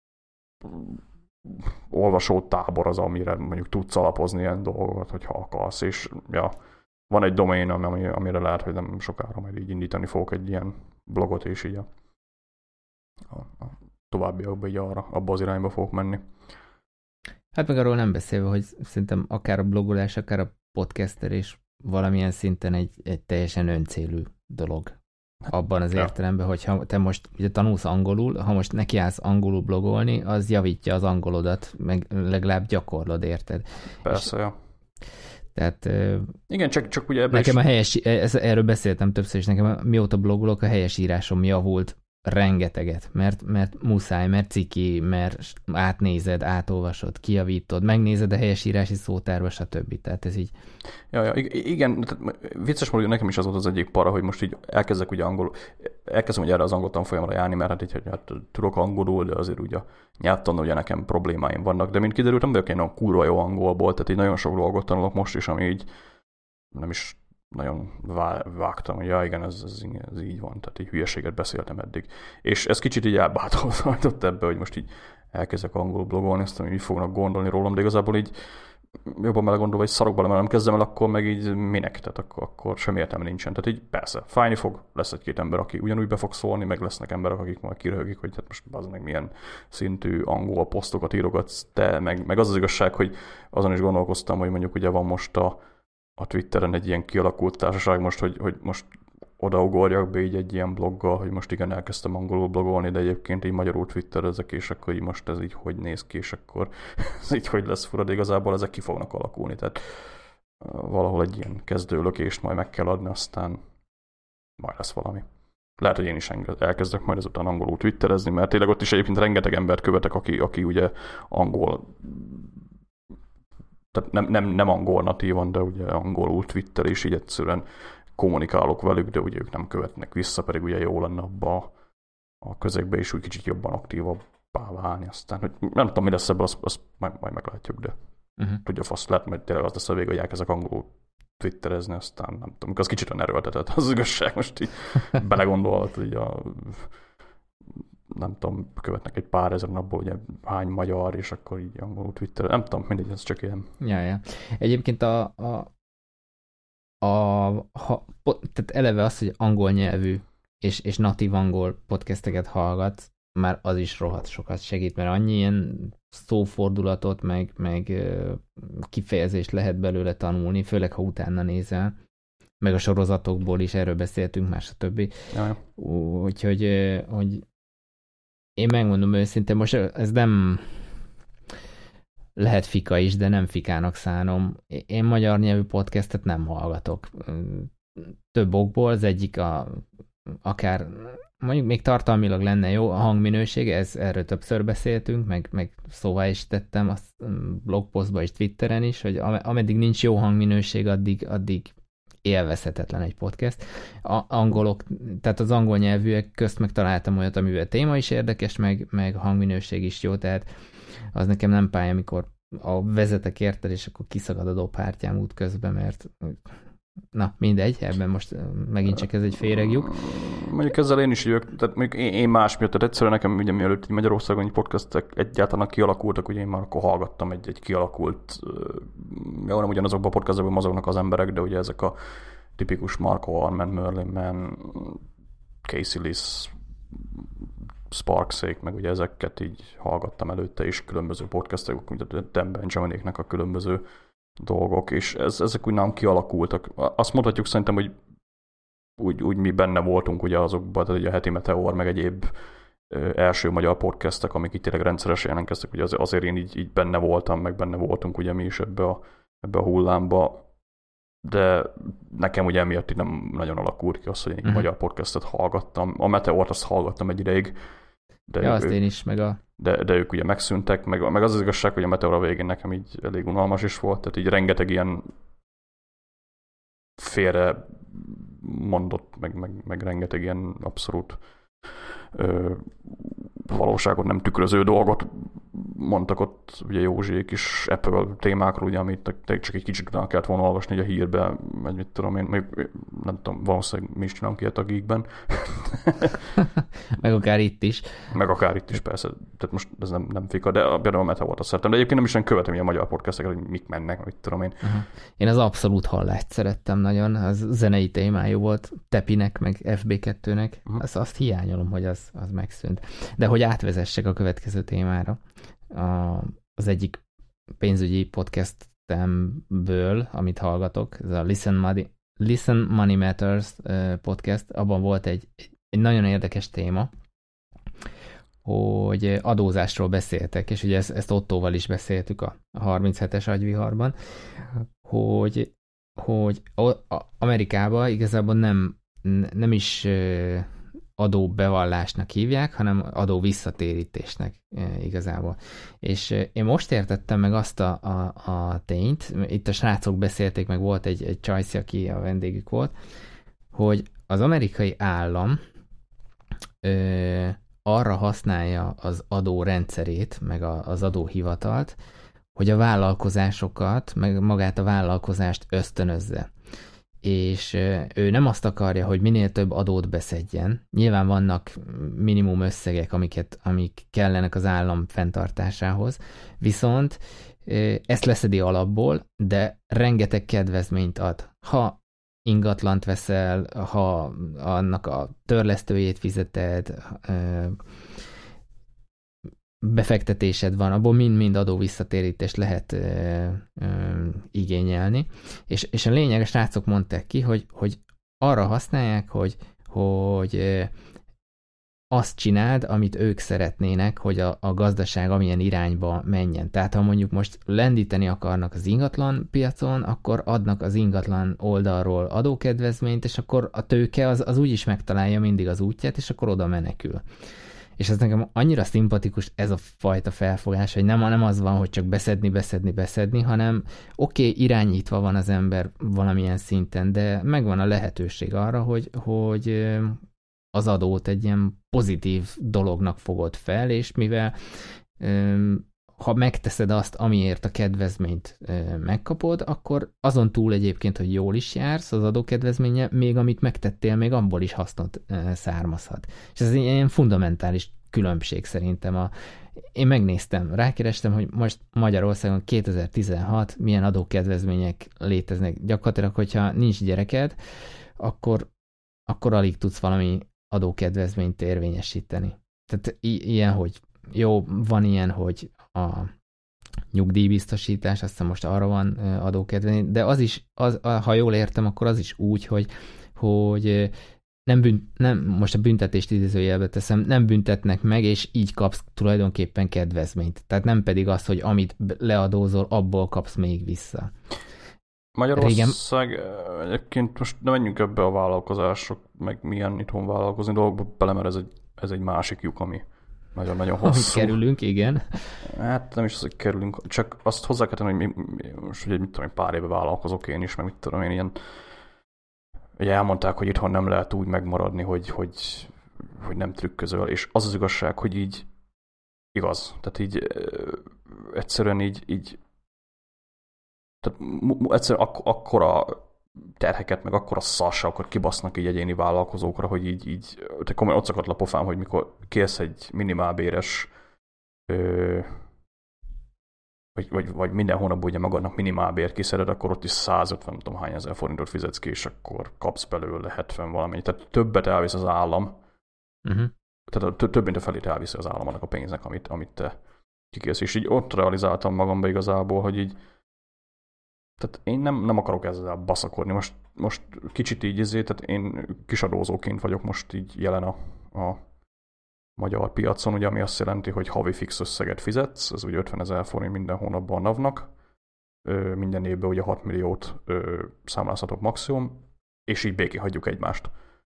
olvasó tábor az, amire mondjuk tudsz alapozni ilyen dolgokat, hogyha akarsz, és ja, van egy domain, ami, amire lehet, hogy nem sokára majd így indítani fogok egy ilyen blogot, és így a, a, a továbbiakban így arra, abba az irányba fogok menni. Hát meg arról nem beszélve, hogy szerintem akár a blogolás, akár a podcaster és valamilyen szinten egy, egy teljesen öncélű dolog. Abban az értelemben, hogy ha te most ugye tanulsz angolul, ha most nekiállsz angolul blogolni, az javítja az angolodat, meg legalább gyakorlod, érted? Persze, és, ja. Tehát... Igen, csak, csak ugye ebben nekem is... a helyes, ez, erről beszéltem többször, és nekem mióta blogolok, a helyesírásom javult rengeteget, mert, mert muszáj, mert ciki, mert átnézed, átolvasod, kijavítod, megnézed a helyesírási szótárba, stb. Tehát ez így... Ja, ja, igen, tehát vicces módon nekem is az volt az egyik para, hogy most így elkezdek ugye angol, elkezdem ugye erre az angol tanfolyamra járni, mert hát így, hogy hát tudok angolul, de azért ugye nyelvtanul ugye nekem problémáim vannak, de mint kiderült, nem vagyok én a kurva jó angolból, tehát így nagyon sok dolgot tanulok most is, ami így nem is nagyon vágtam, hogy ja, igen, ez, ez, ez így van, tehát így hülyeséget beszéltem eddig. És ez kicsit így elbátorított ebbe, hogy most így elkezdek angol blogolni, azt hogy így fognak gondolni rólam, de igazából így jobban belegondolva, hogy szarok bele, mert nem kezdem el, akkor meg így minek, tehát akkor, akkor semmi értelme nincsen. Tehát így persze, fájni fog, lesz egy-két ember, aki ugyanúgy be fog szólni, meg lesznek emberek, akik majd kiröhögik, hogy hát most az meg milyen szintű angol posztokat írogatsz te, meg, meg az az igazság, hogy azon is gondolkoztam, hogy mondjuk ugye van most a a Twitteren egy ilyen kialakult társaság most, hogy, hogy most odaugorjak be így egy ilyen bloggal, hogy most igen, elkezdtem angolul blogolni, de egyébként így magyarul twitterezek, és akkor így most ez így hogy néz ki, és akkor ez így hogy lesz fura, de igazából ezek ki fognak alakulni, tehát valahol egy ilyen kezdőlökést majd meg kell adni, aztán majd lesz valami. lehet, hogy én is elkezdek majd ezután angolul twitterezni, mert tényleg ott is egyébként rengeteg embert követek, aki, aki ugye angol, tehát nem, nem, nem angol natívan, de ugye angolul Twitter, és így egyszerűen kommunikálok velük, de ugye ők nem követnek vissza, pedig ugye jó lenne abba a közegbe is úgy kicsit jobban aktívabbá válni. Aztán, hogy nem tudom, mi lesz ebből, azt, azt majd, majd meglátjuk, de uh-huh. tudja, fasz lehet, mert tényleg az lesz a vége, hogy elkezdek angolul twitterezni, aztán nem tudom, az kicsit olyan erőltetett az igazság, most így belegondolhat, hogy a, nem tudom, követnek egy pár ezer abból, ugye hány magyar, és akkor így angolul Twitter, nem tudom, mindegy, ez csak ilyen. Ja, ja. Egyébként a, a, a ha, tehát eleve az, hogy angol nyelvű és, és natív angol podcasteket hallgat, már az is rohadt sokat segít, mert annyi ilyen szófordulatot, meg, meg kifejezést lehet belőle tanulni, főleg ha utána nézel, meg a sorozatokból is, erről beszéltünk már, stb. Ja. Úgyhogy hogy én megmondom őszintén, most ez nem lehet fika is, de nem fikának szánom. Én magyar nyelvű podcastet nem hallgatok. Több okból, az egyik a, akár mondjuk még tartalmilag lenne jó, a hangminőség, ez, erről többször beszéltünk, meg, meg szóvá is tettem, azt blogpostban és Twitteren is, hogy ameddig nincs jó hangminőség, addig, addig élvezhetetlen egy podcast. A, angolok, tehát az angol nyelvűek közt megtaláltam olyat, amivel téma is érdekes, meg, meg a hangminőség is jó, tehát az nekem nem pálya, amikor a vezetek érted, és akkor kiszakad a dobhártyám út közben, mert na, mindegy, ebben most megint csak ez egy féreglyuk. Mondjuk ezzel én is jövök, tehát mondjuk én, én más miatt, tehát egyszerűen nekem ugye mielőtt Magyarországon egy podcastek egyáltalán kialakultak, ugye én már akkor hallgattam egy, egy kialakult, jó, nem ugyanazokban a podcastokban mozognak az emberek, de ugye ezek a tipikus Marco Arment, Merlin Mann, Casey Liss, Sparksék, meg ugye ezeket így hallgattam előtte is, különböző podcastek, mint a Dan Benjaminéknek a különböző dolgok, és ez, ezek úgy nem kialakultak. Azt mondhatjuk szerintem, hogy úgy, úgy mi benne voltunk ugye azokban, tehát ugye a Heti Meteor, meg egyéb ö, első magyar podcastek, amik itt tényleg rendszeresen jelentkeztek, ugye az, azért én így, így benne voltam, meg benne voltunk ugye mi is ebbe a, ebbe a hullámba, de nekem ugye emiatt így nem nagyon alakult ki az, hogy én uh-huh. magyar podcastet hallgattam. A Meteort azt hallgattam egy ideig, de ja, ők, azt én is, meg a... De, de ők ugye megszűntek, meg, meg az az igazság, hogy a Meteor a végén nekem így elég unalmas is volt, tehát így rengeteg ilyen félre mondott, meg, meg, meg rengeteg ilyen abszolút ö, valóságot nem tükröző dolgot mondtak ott ugye Józsiék is Apple témákról, ugye, amit csak egy kicsit utána kellett volna olvasni a hírbe, meg mit tudom én, még, nem tudom, valószínűleg mi is csinálunk ilyet a Geekben. Meg akár itt is. Meg akár itt is, persze. Tehát most ez nem, nem fika, de például a Meteort azt szeretem. De egyébként nem is nem követem ilyen magyar podcasteket, hogy mik mennek, mit tudom én. Uh-huh. Én az Abszolút Hallást szerettem nagyon, az zenei témájú volt, Tepinek, meg ef bé kettőnek. Uh-huh. Azt, azt hiányolom, hogy az, az megszűnt. De hogy átvezessek a következő témára. A, az egyik pénzügyi podcastemből, amit hallgatok, ez a Listen Money, Listen Money Matters podcast, abban volt egy, egy nagyon érdekes téma, hogy adózásról beszéltek, és ugye ezt, ezt Ottóval is beszéltük a harminchetes agyviharban, hogy, hogy Amerikában igazából nem, nem is adóbevallásnak hívják, hanem adó visszatérítésnek igazából. És én most értettem meg azt a, a, a tényt, itt a srácok beszélték, meg volt egy, egy csajci, aki a vendégük volt, hogy az amerikai állam ö, arra használja az adó rendszerét, meg a, az adóhivatalt, hogy a vállalkozásokat, meg magát a vállalkozást ösztönözze. És ő nem azt akarja, hogy minél több adót beszedjen. Nyilván vannak minimum összegek, amiket, amik kellenek az állam fenntartásához, viszont ezt leszedi alapból, de rengeteg kedvezményt ad. Ha ingatlant veszel, ha annak a törlesztőjét fizeted, befektetésed van, abból mind-mind adó visszatérítést lehet ö, ö, igényelni. És, és a lényeg, a srácok mondták ki, hogy, hogy arra használják, hogy, hogy ö, azt csináld, amit ők szeretnének, hogy a, a gazdaság amilyen irányba menjen. Tehát ha mondjuk most lendíteni akarnak az ingatlan piacon, akkor adnak az ingatlan oldalról adókedvezményt, és akkor a tőke az, az úgyis megtalálja mindig az útját, és akkor oda menekül. És ez nekem annyira szimpatikus ez a fajta felfogás, hogy nem, nem az van, hogy csak beszedni, beszedni, beszedni, hanem oké, okay, irányítva van az ember valamilyen szinten, de megvan a lehetőség arra, hogy, hogy az adót egy ilyen pozitív dolognak fogod fel, és mivel ha megteszed azt, amiért a kedvezményt megkapod, akkor azon túl egyébként, hogy jól is jársz az adókedvezménye, még amit megtettél, még abból is hasznot származhat. És ez egy ilyen fundamentális különbség szerintem. A, én megnéztem, rákerestem, hogy most Magyarországon kétezer-tizenhat milyen adókedvezmények léteznek. Gyakorlatilag, hogyha nincs gyereked, akkor, akkor alig tudsz valami adókedvezményt érvényesíteni. Tehát i- ilyen, hogy jó, van ilyen, hogy a nyugdíjbiztosítás, azt hiszem most arra van adókedvezmény, de az is, az, ha jól értem, akkor az is úgy, hogy, hogy nem, bünt, nem most a büntetést idézőjelbe teszem, nem büntetnek meg, és így kapsz tulajdonképpen kedvezményt. Tehát nem pedig az, hogy amit leadózol, abból kapsz még vissza. Magyarország Régen... egyébként most nem menjünk ebbe a vállalkozások, meg milyen itthon vállalkozni dolgokba bele, mert ez egy, ez egy másik lyuk, ami nagyon-nagyon hosszú. Amit kerülünk, igen. Hát nem is az, hogy kerülünk, csak azt hozzá kell tenni, hogy mi, most ugye mit tudom, pár éve vállalkozok én is, meg mit tudom én ilyen, ugye elmondták, hogy itthon nem lehet úgy megmaradni, hogy, hogy, hogy nem trükközöl, és az az igazság, hogy így igaz. Tehát így egyszerűen így, így tehát egyszerűen ak- akkora terheket, meg akkora szarságokat kibasznak így egyéni vállalkozókra, hogy így, így te komolyan ott szakadt a pofám, hogy mikor kérsz egy minimálbéres ö, vagy, vagy, vagy minden hónapban ugye magadnak minimálbért kiszeded, akkor ott is százötven, nem tudom hány ezer forintot fizetsz ki, és akkor kapsz belőle hetven valamennyi. Tehát többet elvisz az állam, uh-huh. tehát több mint a felét elviszi az állam annak a pénznek, amit, amit te kikérsz. És így ott realizáltam magamba igazából, hogy így tehát én nem, nem akarok ezzel baszakodni. Most, most kicsit így ezért, tehát én kisadózóként vagyok most így jelen a, a magyar piacon, ugye, ami azt jelenti, hogy havi fix összeget fizetsz, ez ugye ötvenezer forint minden hónapban a NAV-nak, minden évben ugye hat milliót számlázhatok maximum, és így békén hagyjuk egymást.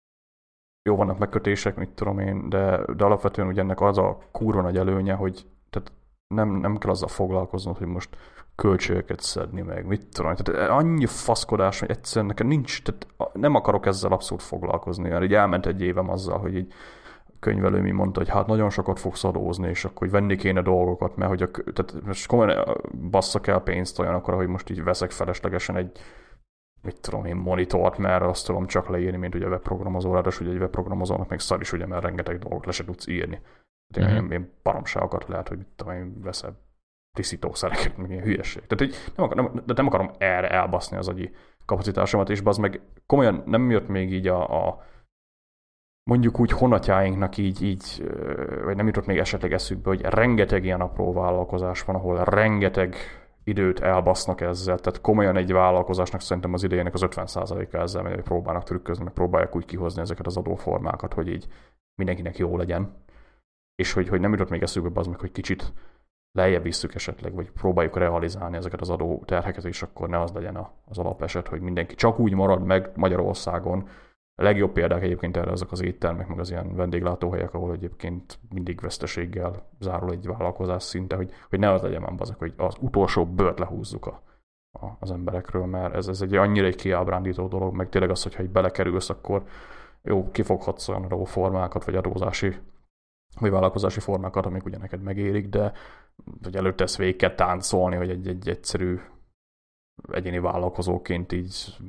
Jó, vannak megkötések, mit tudom én, de, de alapvetően ugye ennek az a kurva nagy előnye, hogy tehát nem, nem kell azzal foglalkoznod, hogy most költségeket szedni meg, mit tudom. Tehát annyi faszkodás, hogy egyszerűen nekem nincs, tehát nem akarok ezzel abszolút foglalkozni. Mert így elment egy évem azzal, hogy így könyvelő mi mondta, hogy hát nagyon sokat fogsz adózni, és akkor hogy venni kéne dolgokat, mert hogy a, tehát most komolyan basszak el pénzt olyanokra, hogy most így veszek feleslegesen egy mit tudom én, monitort, mert azt tudom csak leírni, mint ugye webprogramozó, ráadásul ugye egy webprogramozónak még szar is, ugye, mert rengeteg dolgot le se tudsz írni. Tehát uh-huh. én, én baromságokat lehet, hogy mit tudom én, veszem tisztítószereket, meg ilyen hülyeség. Tehát így nem, akar, nem, de nem akarom erre elbaszni az agyi kapacitásomat, és az meg komolyan nem jött még így a, a mondjuk úgy honatjáinknak így, így, vagy nem jutott még esetleg eszükbe, hogy rengeteg ilyen apró vállalkozás van, ahol rengeteg időt elbasznak ezzel, tehát komolyan egy vállalkozásnak szerintem az idejének az ötven százaléka ezzel megy, hogy próbálnak trükközni, meg próbálják úgy kihozni ezeket az adóformákat, hogy így mindenkinek jó legyen. És hogy, hogy nem jutott még eszükbe az meg, hogy kicsit lejjebb visszük esetleg, vagy próbáljuk realizálni ezeket az adóterheket, és akkor ne az legyen az alapeset, hogy mindenki csak úgy marad meg Magyarországon. A legjobb példák egyébként erre azok az éttermek, meg az ilyen vendéglátóhelyek, ahol egyébként mindig veszteséggel zárul egy vállalkozás szinte, hogy, hogy ne az legyen már azok, hogy az utolsó bőrt lehúzzuk a, a, az emberekről, mert ez, ez egy annyira egy kiábrándító dolog, meg tényleg az, hogyha így belekerülsz, akkor jó, kifoghatsz olyan adóformákat, vagy adózási, vagy vállalkozási formákat, amik ugye neked megérik, de hogy előtte ezt végig kell táncolni, hogy egy, egy egyszerű egyéni vállalkozóként így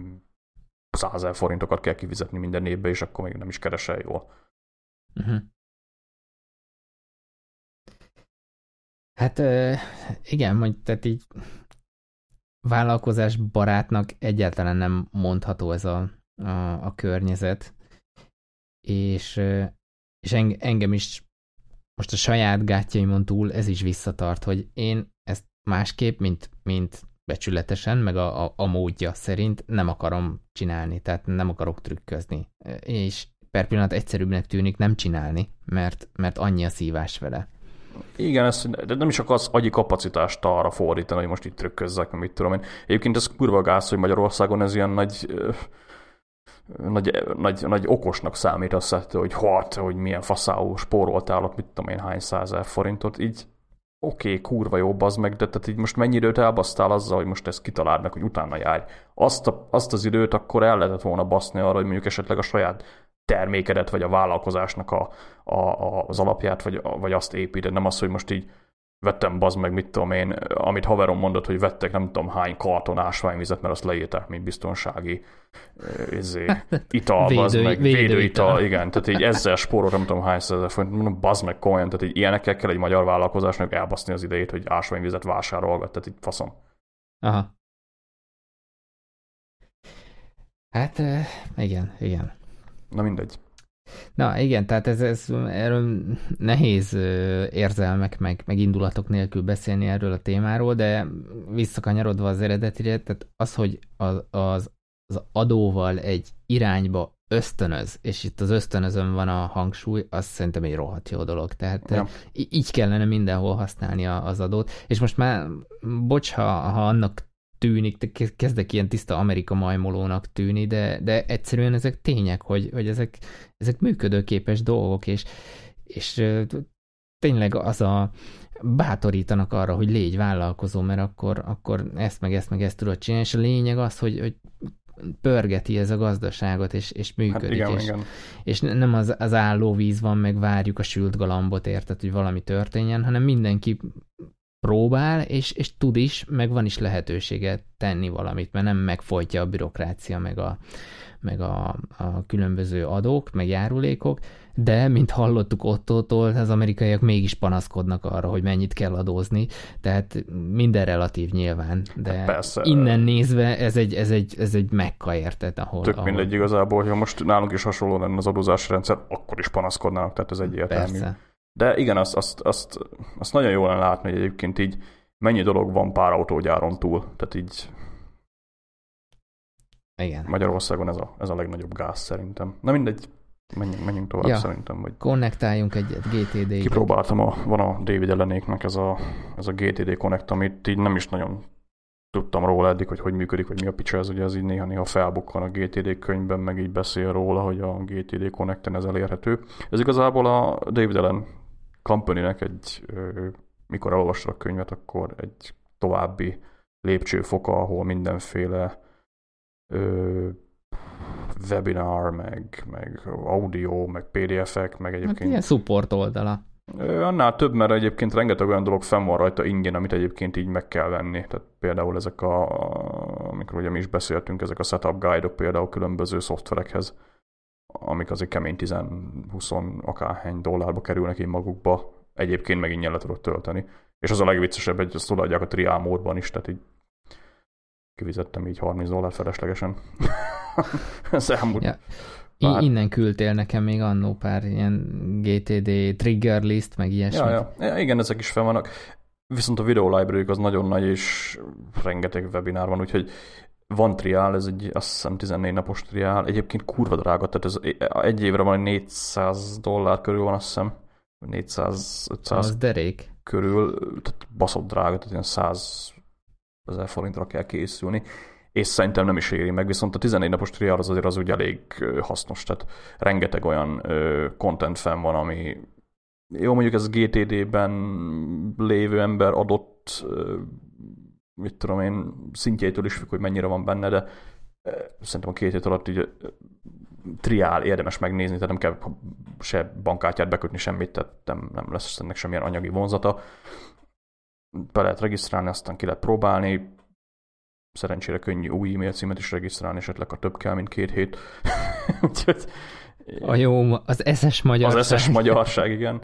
százezer forintokat kell kifizetni minden évbe, és akkor még nem is keresel jól. Uh-huh. Hát igen, mondjuk, tehát így vállalkozás barátnak egyáltalán nem mondható ez a, a, a környezet, és, és engem is most a saját gátjaimon túl ez is visszatart, hogy én ezt másképp, mint, mint becsületesen, meg a, a, a módja szerint nem akarom csinálni, tehát nem akarok trükközni. És per pillanat egyszerűbbnek tűnik nem csinálni, mert, mert annyi a szívás vele. Igen, ez, de nem is akarsz agyi kapacitást arra fordítani, hogy most itt trükközzek, mit tudom én. Egyébként ez kurva gáz, hogy Magyarországon ez ilyen nagy, nagy, nagy, nagy okosnak számít azt, hogy hát, hogy milyen faszául spóroltál ott, mit tudom én, hány százezer forintot. Így oké, okay, kurva jó, bazd meg, de tehát így most mennyi időt elbasztál azzal, hogy most ezt kitaláld meg, hogy utána járj. Azt, a, azt az időt akkor el lehetett volna baszni arra, hogy mondjuk esetleg a saját termékedet, vagy a vállalkozásnak a, a, a, az alapját, vagy, vagy azt építed. Nem az, hogy most így vettem, bazd meg, mit tudom én, amit haverom mondott, hogy vettek nem tudom hány karton ásványvizet, mert azt leírták, mint biztonsági izé, ital, bazd meg, védőital, igen, tehát így ezzel spórol, nem tudom hány százezer forint, bazd meg komolyan, tehát így ilyenekkel kell egy magyar vállalkozásnak elbaszni az idejét, hogy ásványvizet vásárolgat, tehát így faszom. Aha. Hát igen, igen. Na mindegy. Na igen, tehát ez, ez erről nehéz érzelmek meg, meg indulatok nélkül beszélni erről a témáról, de visszakanyarodva az eredetire, tehát az, hogy az, az, az adóval egy irányba ösztönöz, és itt az ösztönözön van a hangsúly, az szerintem egy rohadt jó dolog. Tehát ja. így kellene mindenhol használni az adót, és most már, bocs, ha, ha annak tűnik, kezdek ilyen tiszta Amerika majmolónak tűni, de, de egyszerűen ezek tények, hogy, hogy ezek, ezek működőképes dolgok, és, és tényleg az a bátorítanak arra, hogy légy vállalkozó, mert akkor, akkor ezt meg ezt meg ezt tudod csinálni, és a lényeg az, hogy, hogy pörgeti ez a gazdaságot, és, és működik. Hát igen, és, igen. és nem az, az állóvíz van, meg várjuk a sült galambot, érted, hogy valami történjen, hanem mindenki próbál, és, és tud is, meg van is lehetősége tenni valamit, mert nem megfojtja a bürokrácia, meg a, meg a, a különböző adók, meg járulékok, de, mint hallottuk Ottótól, az amerikaiak mégis panaszkodnak arra, hogy mennyit kell adózni, tehát minden relatív nyilván, de persze, innen nézve ez egy, ez egy, ez egy mekka, érted, ahol... Tök mindegy ahol... igazából, ha most nálunk is hasonló lenne az adózási rendszer, akkor is panaszkodnának, tehát ez egyértelmű. Persze. De igen, azt, azt, azt, azt nagyon jól lenne látni, hogy egyébként így mennyi dolog van pár autógyáron túl. Tehát így igen. Magyarországon ez a, ez a legnagyobb gáz szerintem. Na mindegy, menjünk, menjünk tovább ja, szerintem. Vagy... Konnektáljunk egyet gé té dé-ig. Kipróbáltam, a, van a David Ellenéknek ez a, ez a gé té dé Connect, amit így nem is nagyon tudtam róla eddig, hogy hogy működik, vagy mi a picsa ez, ugye az így néha-néha felbukkan a gé té dé könyvben, meg így beszél róla, hogy a gé té dé Connecten ez elérhető. Ez igazából a David Allen Company-nek egy, mikor elolvastad a könyvet, akkor egy további lépcsőfoka, ahol mindenféle ö, webinar, meg, meg audio, meg pé dé ef-ek, meg egyébként... Hát ilyen support oldala. Annál több, mert egyébként rengeteg olyan dolog fenn van rajta ingyen, amit egyébként így meg kell venni. Tehát például ezek a, amikor ugye mi is beszéltünk, ezek a setup guide-ok például különböző szoftverekhez, amik azért kemény tíz-húsz akárhány dollárba kerülnek így magukba, egyébként meg ingyen le tudod tölteni. És az a legviccesebb, hogy azt odaadják a trial módban is, tehát így kifizettem így harminc dollár feleslegesen. Ez elmúlt. Ja. Bár... Innen küldtél nekem még annó pár ilyen gé té dé trigger list, meg ilyesmi. Ja, ja. ja, igen, ezek is fel vannak. Viszont a video library az nagyon nagy, és rengeteg webinár van, úgyhogy van triál, ez egy azt hiszem tizennégy napos triál. Egyébként kurva drága, tehát ez egy évre van négyszáz dollár körül van, azt hiszem. négyszáz-ötszáz az derék. Körül, tehát baszott drága, tehát ilyen száz ezer forintra kell készülni. És szerintem nem is éri meg, viszont a tizennégy napos triál az azért az úgy elég hasznos, tehát rengeteg olyan ö, content fenn van, ami jó, mondjuk ez gé té dé-ben lévő ember adott, ö, mit tudom én, szintjétől is függ, hogy mennyire van benne, de ö, szerintem a két hét alatt így ö, triál érdemes megnézni, tehát nem kell se bankkártyát bekötni, semmit, tehát nem, nem lesz ennek semmilyen anyagi vonzata. Be lehet regisztrálni, aztán ki lehet próbálni. Szerencsére könnyű új e-mail címet is regisztrálni, esetleg a több kell, mint két hét. Úgyhogy, a jó, az eszes magyarság. Az eszes magyarság, igen.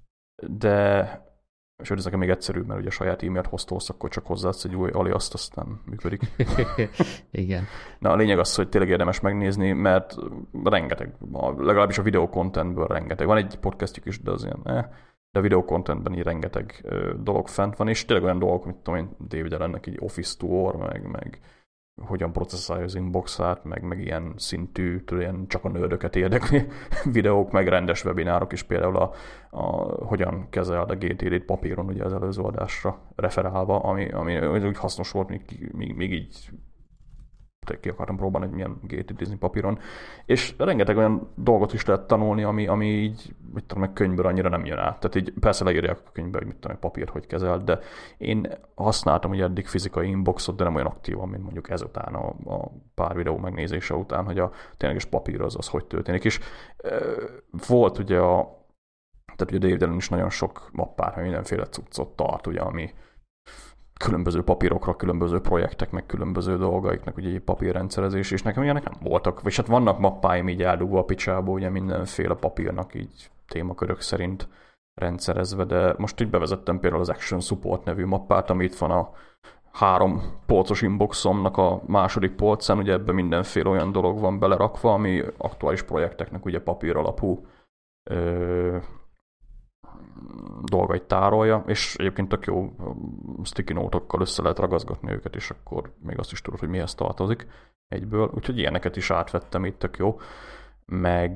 De, és ez nekem még egyszerűbb, mert ugye a saját e-mailt hoztolsz, akkor csak hozzáadsz egy új aliaszt, aztán működik. Igen. Na, a lényeg az, hogy tényleg érdemes megnézni, mert rengeteg, legalábbis a videó contentből rengeteg. Van egy podcastjuk is, de az ilyen, eh, de a videó contentben így rengeteg ö, dolog fent van, és tényleg olyan dolgok, mint tudom én, David Allennek így Office Tour, meg, meg hogyan processzálja az inboxát, meg, meg ilyen szintű, ilyen csak a nördöket érdekli videók, meg rendes webinárok is, például a, a hogyan kezeld a gé té dét papíron, ugye az előző adásra referálva, ami, ami úgy hasznos volt, még, még, még így ki akartam próbálni, hogy milyen gé té dézni papíron. És rengeteg olyan dolgot is lehet tanulni, ami, ami így, mit tudom, meg könyvből annyira nem jön át. Tehát így persze leírják a könyvbe, hogy mit tudom, papírt hogy kezelt, de én használtam ugye eddig fizikai inboxot, de nem olyan aktívan, mint mondjuk ezután a, a pár videó megnézése után, hogy a tényleges papír az, az hogy történik. És e, volt ugye a, tehát ugye Dave Dillon is nagyon sok mappár, mindenféle cuccot tart, ugye, ami különböző papírokra, különböző projektek, meg különböző dolgaiknak ugye egy papírrendszerezés, és nekem ilyenek nem voltak. És hát vannak mappáim így eldugva a picsába, ugye mindenféle papírnak így témakörök szerint rendszerezve, de most így bevezettem például az Action Support nevű mappát, ami itt van a három polcos inboxomnak a második polcán, ugye ebben mindenféle olyan dolog van belerakva, ami aktuális projekteknek ugye papír alapú ö- dolgait tárolja, és egyébként tök jó sticky note-okkal össze lehet ragazgatni őket, és akkor még azt is tudod, hogy mihez tartozik egyből. Úgyhogy ilyeneket is átvettem itt, tök jó. Meg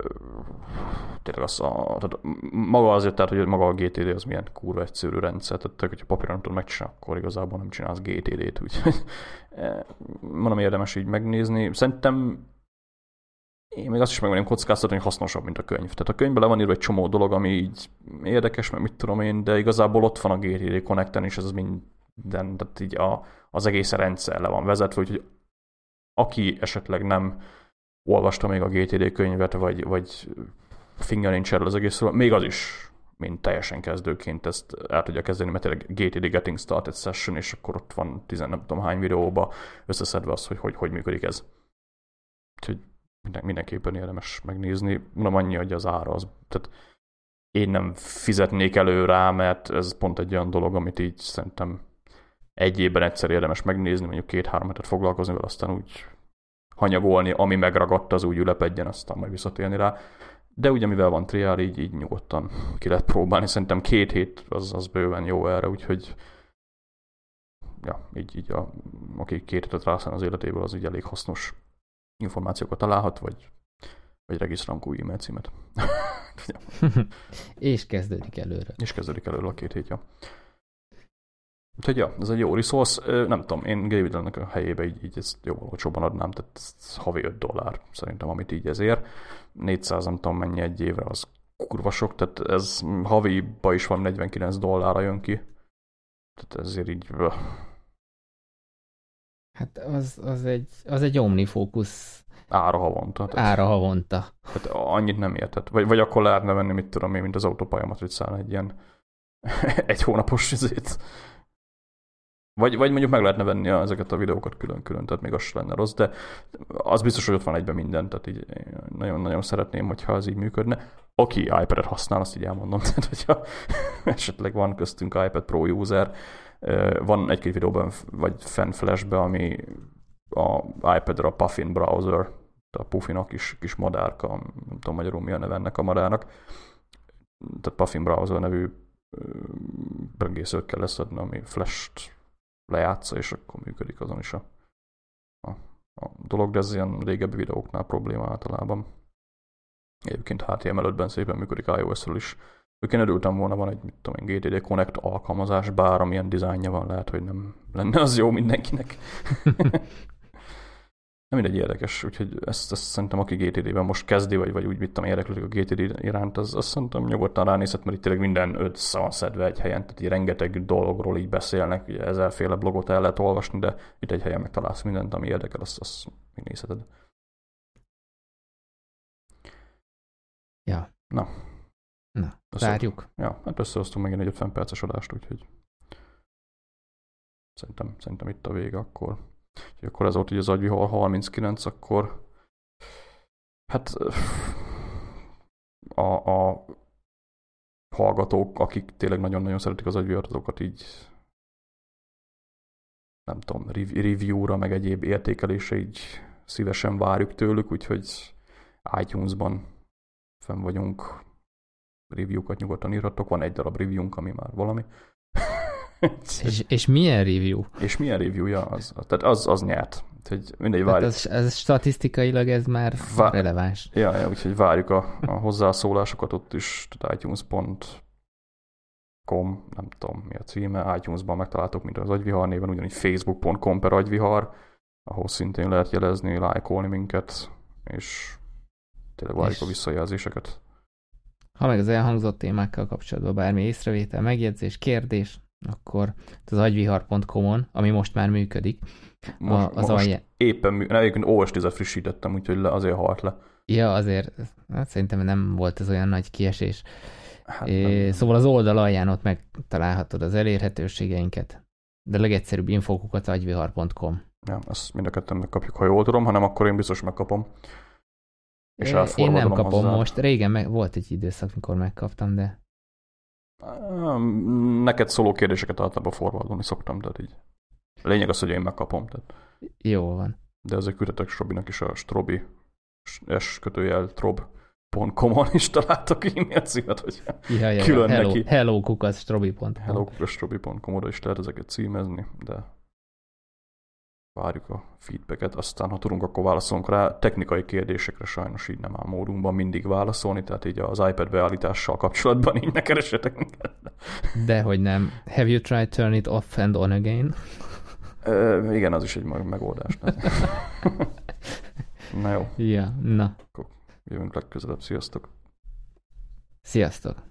tényleg az a, tehát maga azért, tehát, hogy maga a gé té dé az milyen kurva egyszerű rendszer, tehát hogyha papíron nem tudod megcsinálni, akkor igazából nem csinálsz gé té dét, úgyhogy mondom, érdemes így megnézni. Szerintem én még azt is meg vagyom kockáztatni, hogy hasznosabb, mint a könyv. Tehát a könyvben le van írva egy csomó dolog, ami így érdekes, meg mit tudom én, de igazából ott van a gé té dé Connecten, és ez minden, tehát így a, az egész rendszer le van vezetve, úgyhogy aki esetleg nem olvasta még a gé té dé könyvet, vagy, vagy finger nincs erről az egészről, még az is, mint teljesen kezdőként ezt el tudja kezdeni, mert tényleg gé té dé Getting Started Session, és akkor ott van tizen nem tudom hány videóba összeszedve az, hogy hogy, hogy működik ez. Úgyhogy mindenképpen érdemes megnézni. Mondom, annyi, hogy az ára az. Tehát én nem fizetnék elő rá, mert ez pont egy olyan dolog, amit így szerintem egy évben egyszer érdemes megnézni, mondjuk két-három hetet foglalkozni vele, aztán úgy hanyagolni, ami megragadt, az úgy ülepedjen, aztán majd visszatérni rá. De ugye, mivel van triál, így, így nyugodtan ki lehet próbálni. Szerintem két hét az, az bőven jó erre, úgyhogy ja, így, így a, aki két hétet rászán az életéből, az így elég hasznos információkat találhat, vagy, vagy regisztrálunk új e-mail címet. És kezdődik előre. És kezdődik előre a két hétja. Úgyhogy ja, ez egy jó resource. Nem tudom, én Gavidlennek a helyébe így, így ezt jóval olcsóban adnám, tehát ez havi öt dollár szerintem, amit így ezért. négyszáz nem tudom mennyi egy évre, az kurva sok, tehát ez haviba is van negyvenkilenc dollárra jön ki. Tehát ezért így... Hát az, az egy, az egy OmniFocus ára havonta. Ára havonta. Tehát annyit nem érted. Vagy, vagy akkor lehetne venni, mit tudom én, mint az autópályamatritszán egy ilyen egy hónapos izét. Vagy, vagy mondjuk meg lehetne venni ezeket a videókat külön-külön, tehát még az sem lenne rossz, de az biztos, hogy ott van egyben minden, tehát így nagyon-nagyon szeretném, hogyha ez így működne. Aki iPad-et használ, azt így elmondom, tehát hogyha esetleg van köztünk iPad Pro user, van egy-két videóban, vagy fenn flashbe, ami a iPad-ra a Puffin browser, a Puffin a kis, kis madárka, nem tudom magyarul mi a neve ennek a madárnak, tehát Puffin browser nevű böngészőt kell leszedni, ami flash-t lejátsza, és akkor működik azon is a, a, a dolog, de ez ilyen régebbi videóknál probléma általában. Egyébként há té em el ötben szépen működik iOS-ről is. Őként örültem volna, van egy, mit tudom én, gé té dé Connect alkalmazás, bár amilyen dizájnja van, lehet, hogy nem lenne az jó mindenkinek. Nem mindegy érdekes, úgyhogy ezt, ezt szerintem aki gé té dében most kezdi, vagy, vagy úgy mit tudom, érdeklődik a gé té dé iránt, az azt szerintem nyugodtan ránézhet, mert itt tényleg minden össze van szedve egy helyen, tehát így rengeteg dologról így beszélnek, ugye ezerféle blogot el lehet olvasni, de itt egy helyen megtalálsz mindent, ami érdekel, azt, azt megnézheted. Ja. Na. Na, várjuk. Ja, hát összehoztunk megint egy ötven perces adást, úgyhogy szerintem, szerintem itt a vége akkor. Úgyhogy akkor ez volt így az agyvihar harminckilenc, akkor hát a, a hallgatók, akik tényleg nagyon-nagyon szeretik az agyvihart, azokat így nem tudom, review-ra, meg egyéb értékelésre így szívesen várjuk tőlük, úgyhogy iTunes-ban fenn vagyunk, review-kat nyugodtan írhatok, van egy darab review-nk, ami már valami. és, és milyen review? És milyen review-ja az? Tehát az, az nyert. Úgyhogy mindegy, hát várjuk. Az, az statisztikailag ez már Vá- releváns. Ja, ja, úgyhogy várjuk a, a hozzászólásokat ott is, tehát iTunes pont com, nem tudom mi a címe, iTunes-ban megtaláltok, mint az Agyvihar néven, ugyanígy facebook pont com per agyvihar, ahol szintén lehet jelezni, lájkolni minket, és tényleg várjuk és a visszajelzéseket. Ha meg az elhangzott témákkal kapcsolatban bármi észrevétel, megjegyzés, kérdés, akkor az agyvihar pont com-on, ami most már működik. Most, a, az most alja... éppen mű... egyébként ó es tízet frissítettem, úgyhogy le, azért halt le. Ja, azért, hát szerintem nem volt ez olyan nagy kiesés. Hát é, nem. Szóval az oldal alján ott megtalálhatod az elérhetőségeinket. De a legegyszerűbb infokukat agyvihar pont com. Ja, ezt mind a ketten megkapjuk, ha jól tudom, hanem akkor én biztos megkapom. És én nem kapom hozzá. Most. Régen meg, volt egy időszak, mikor megkaptam, de... Neked szóló kérdéseket általában forwardolni szoktam, tehát így. A lényeg az, hogy én megkapom. Tehát. Jó van. De ezek küldetek Strobinak is a strobi, s kötőjel trob pont com-on is találtok e-mail címet, hogy ja, ja, külön hello, neki. hello kukac strobi pont com. hello kukac strobi pont com oda is lehet ezeket címezni, de várjuk a feedbacket, aztán ha tudunk, akkor válaszolunk rá. Technikai kérdésekre sajnos így nem áll módunkban mindig válaszolni, tehát így az iPad beállítással kapcsolatban így ne keressetek minket. Dehogy nem. Have you tried turn it off and on again? Uh, igen, az is egy megoldás. Na jó. Ja, na. Akkor jövünk legközelebb. Sziasztok! Sziasztok!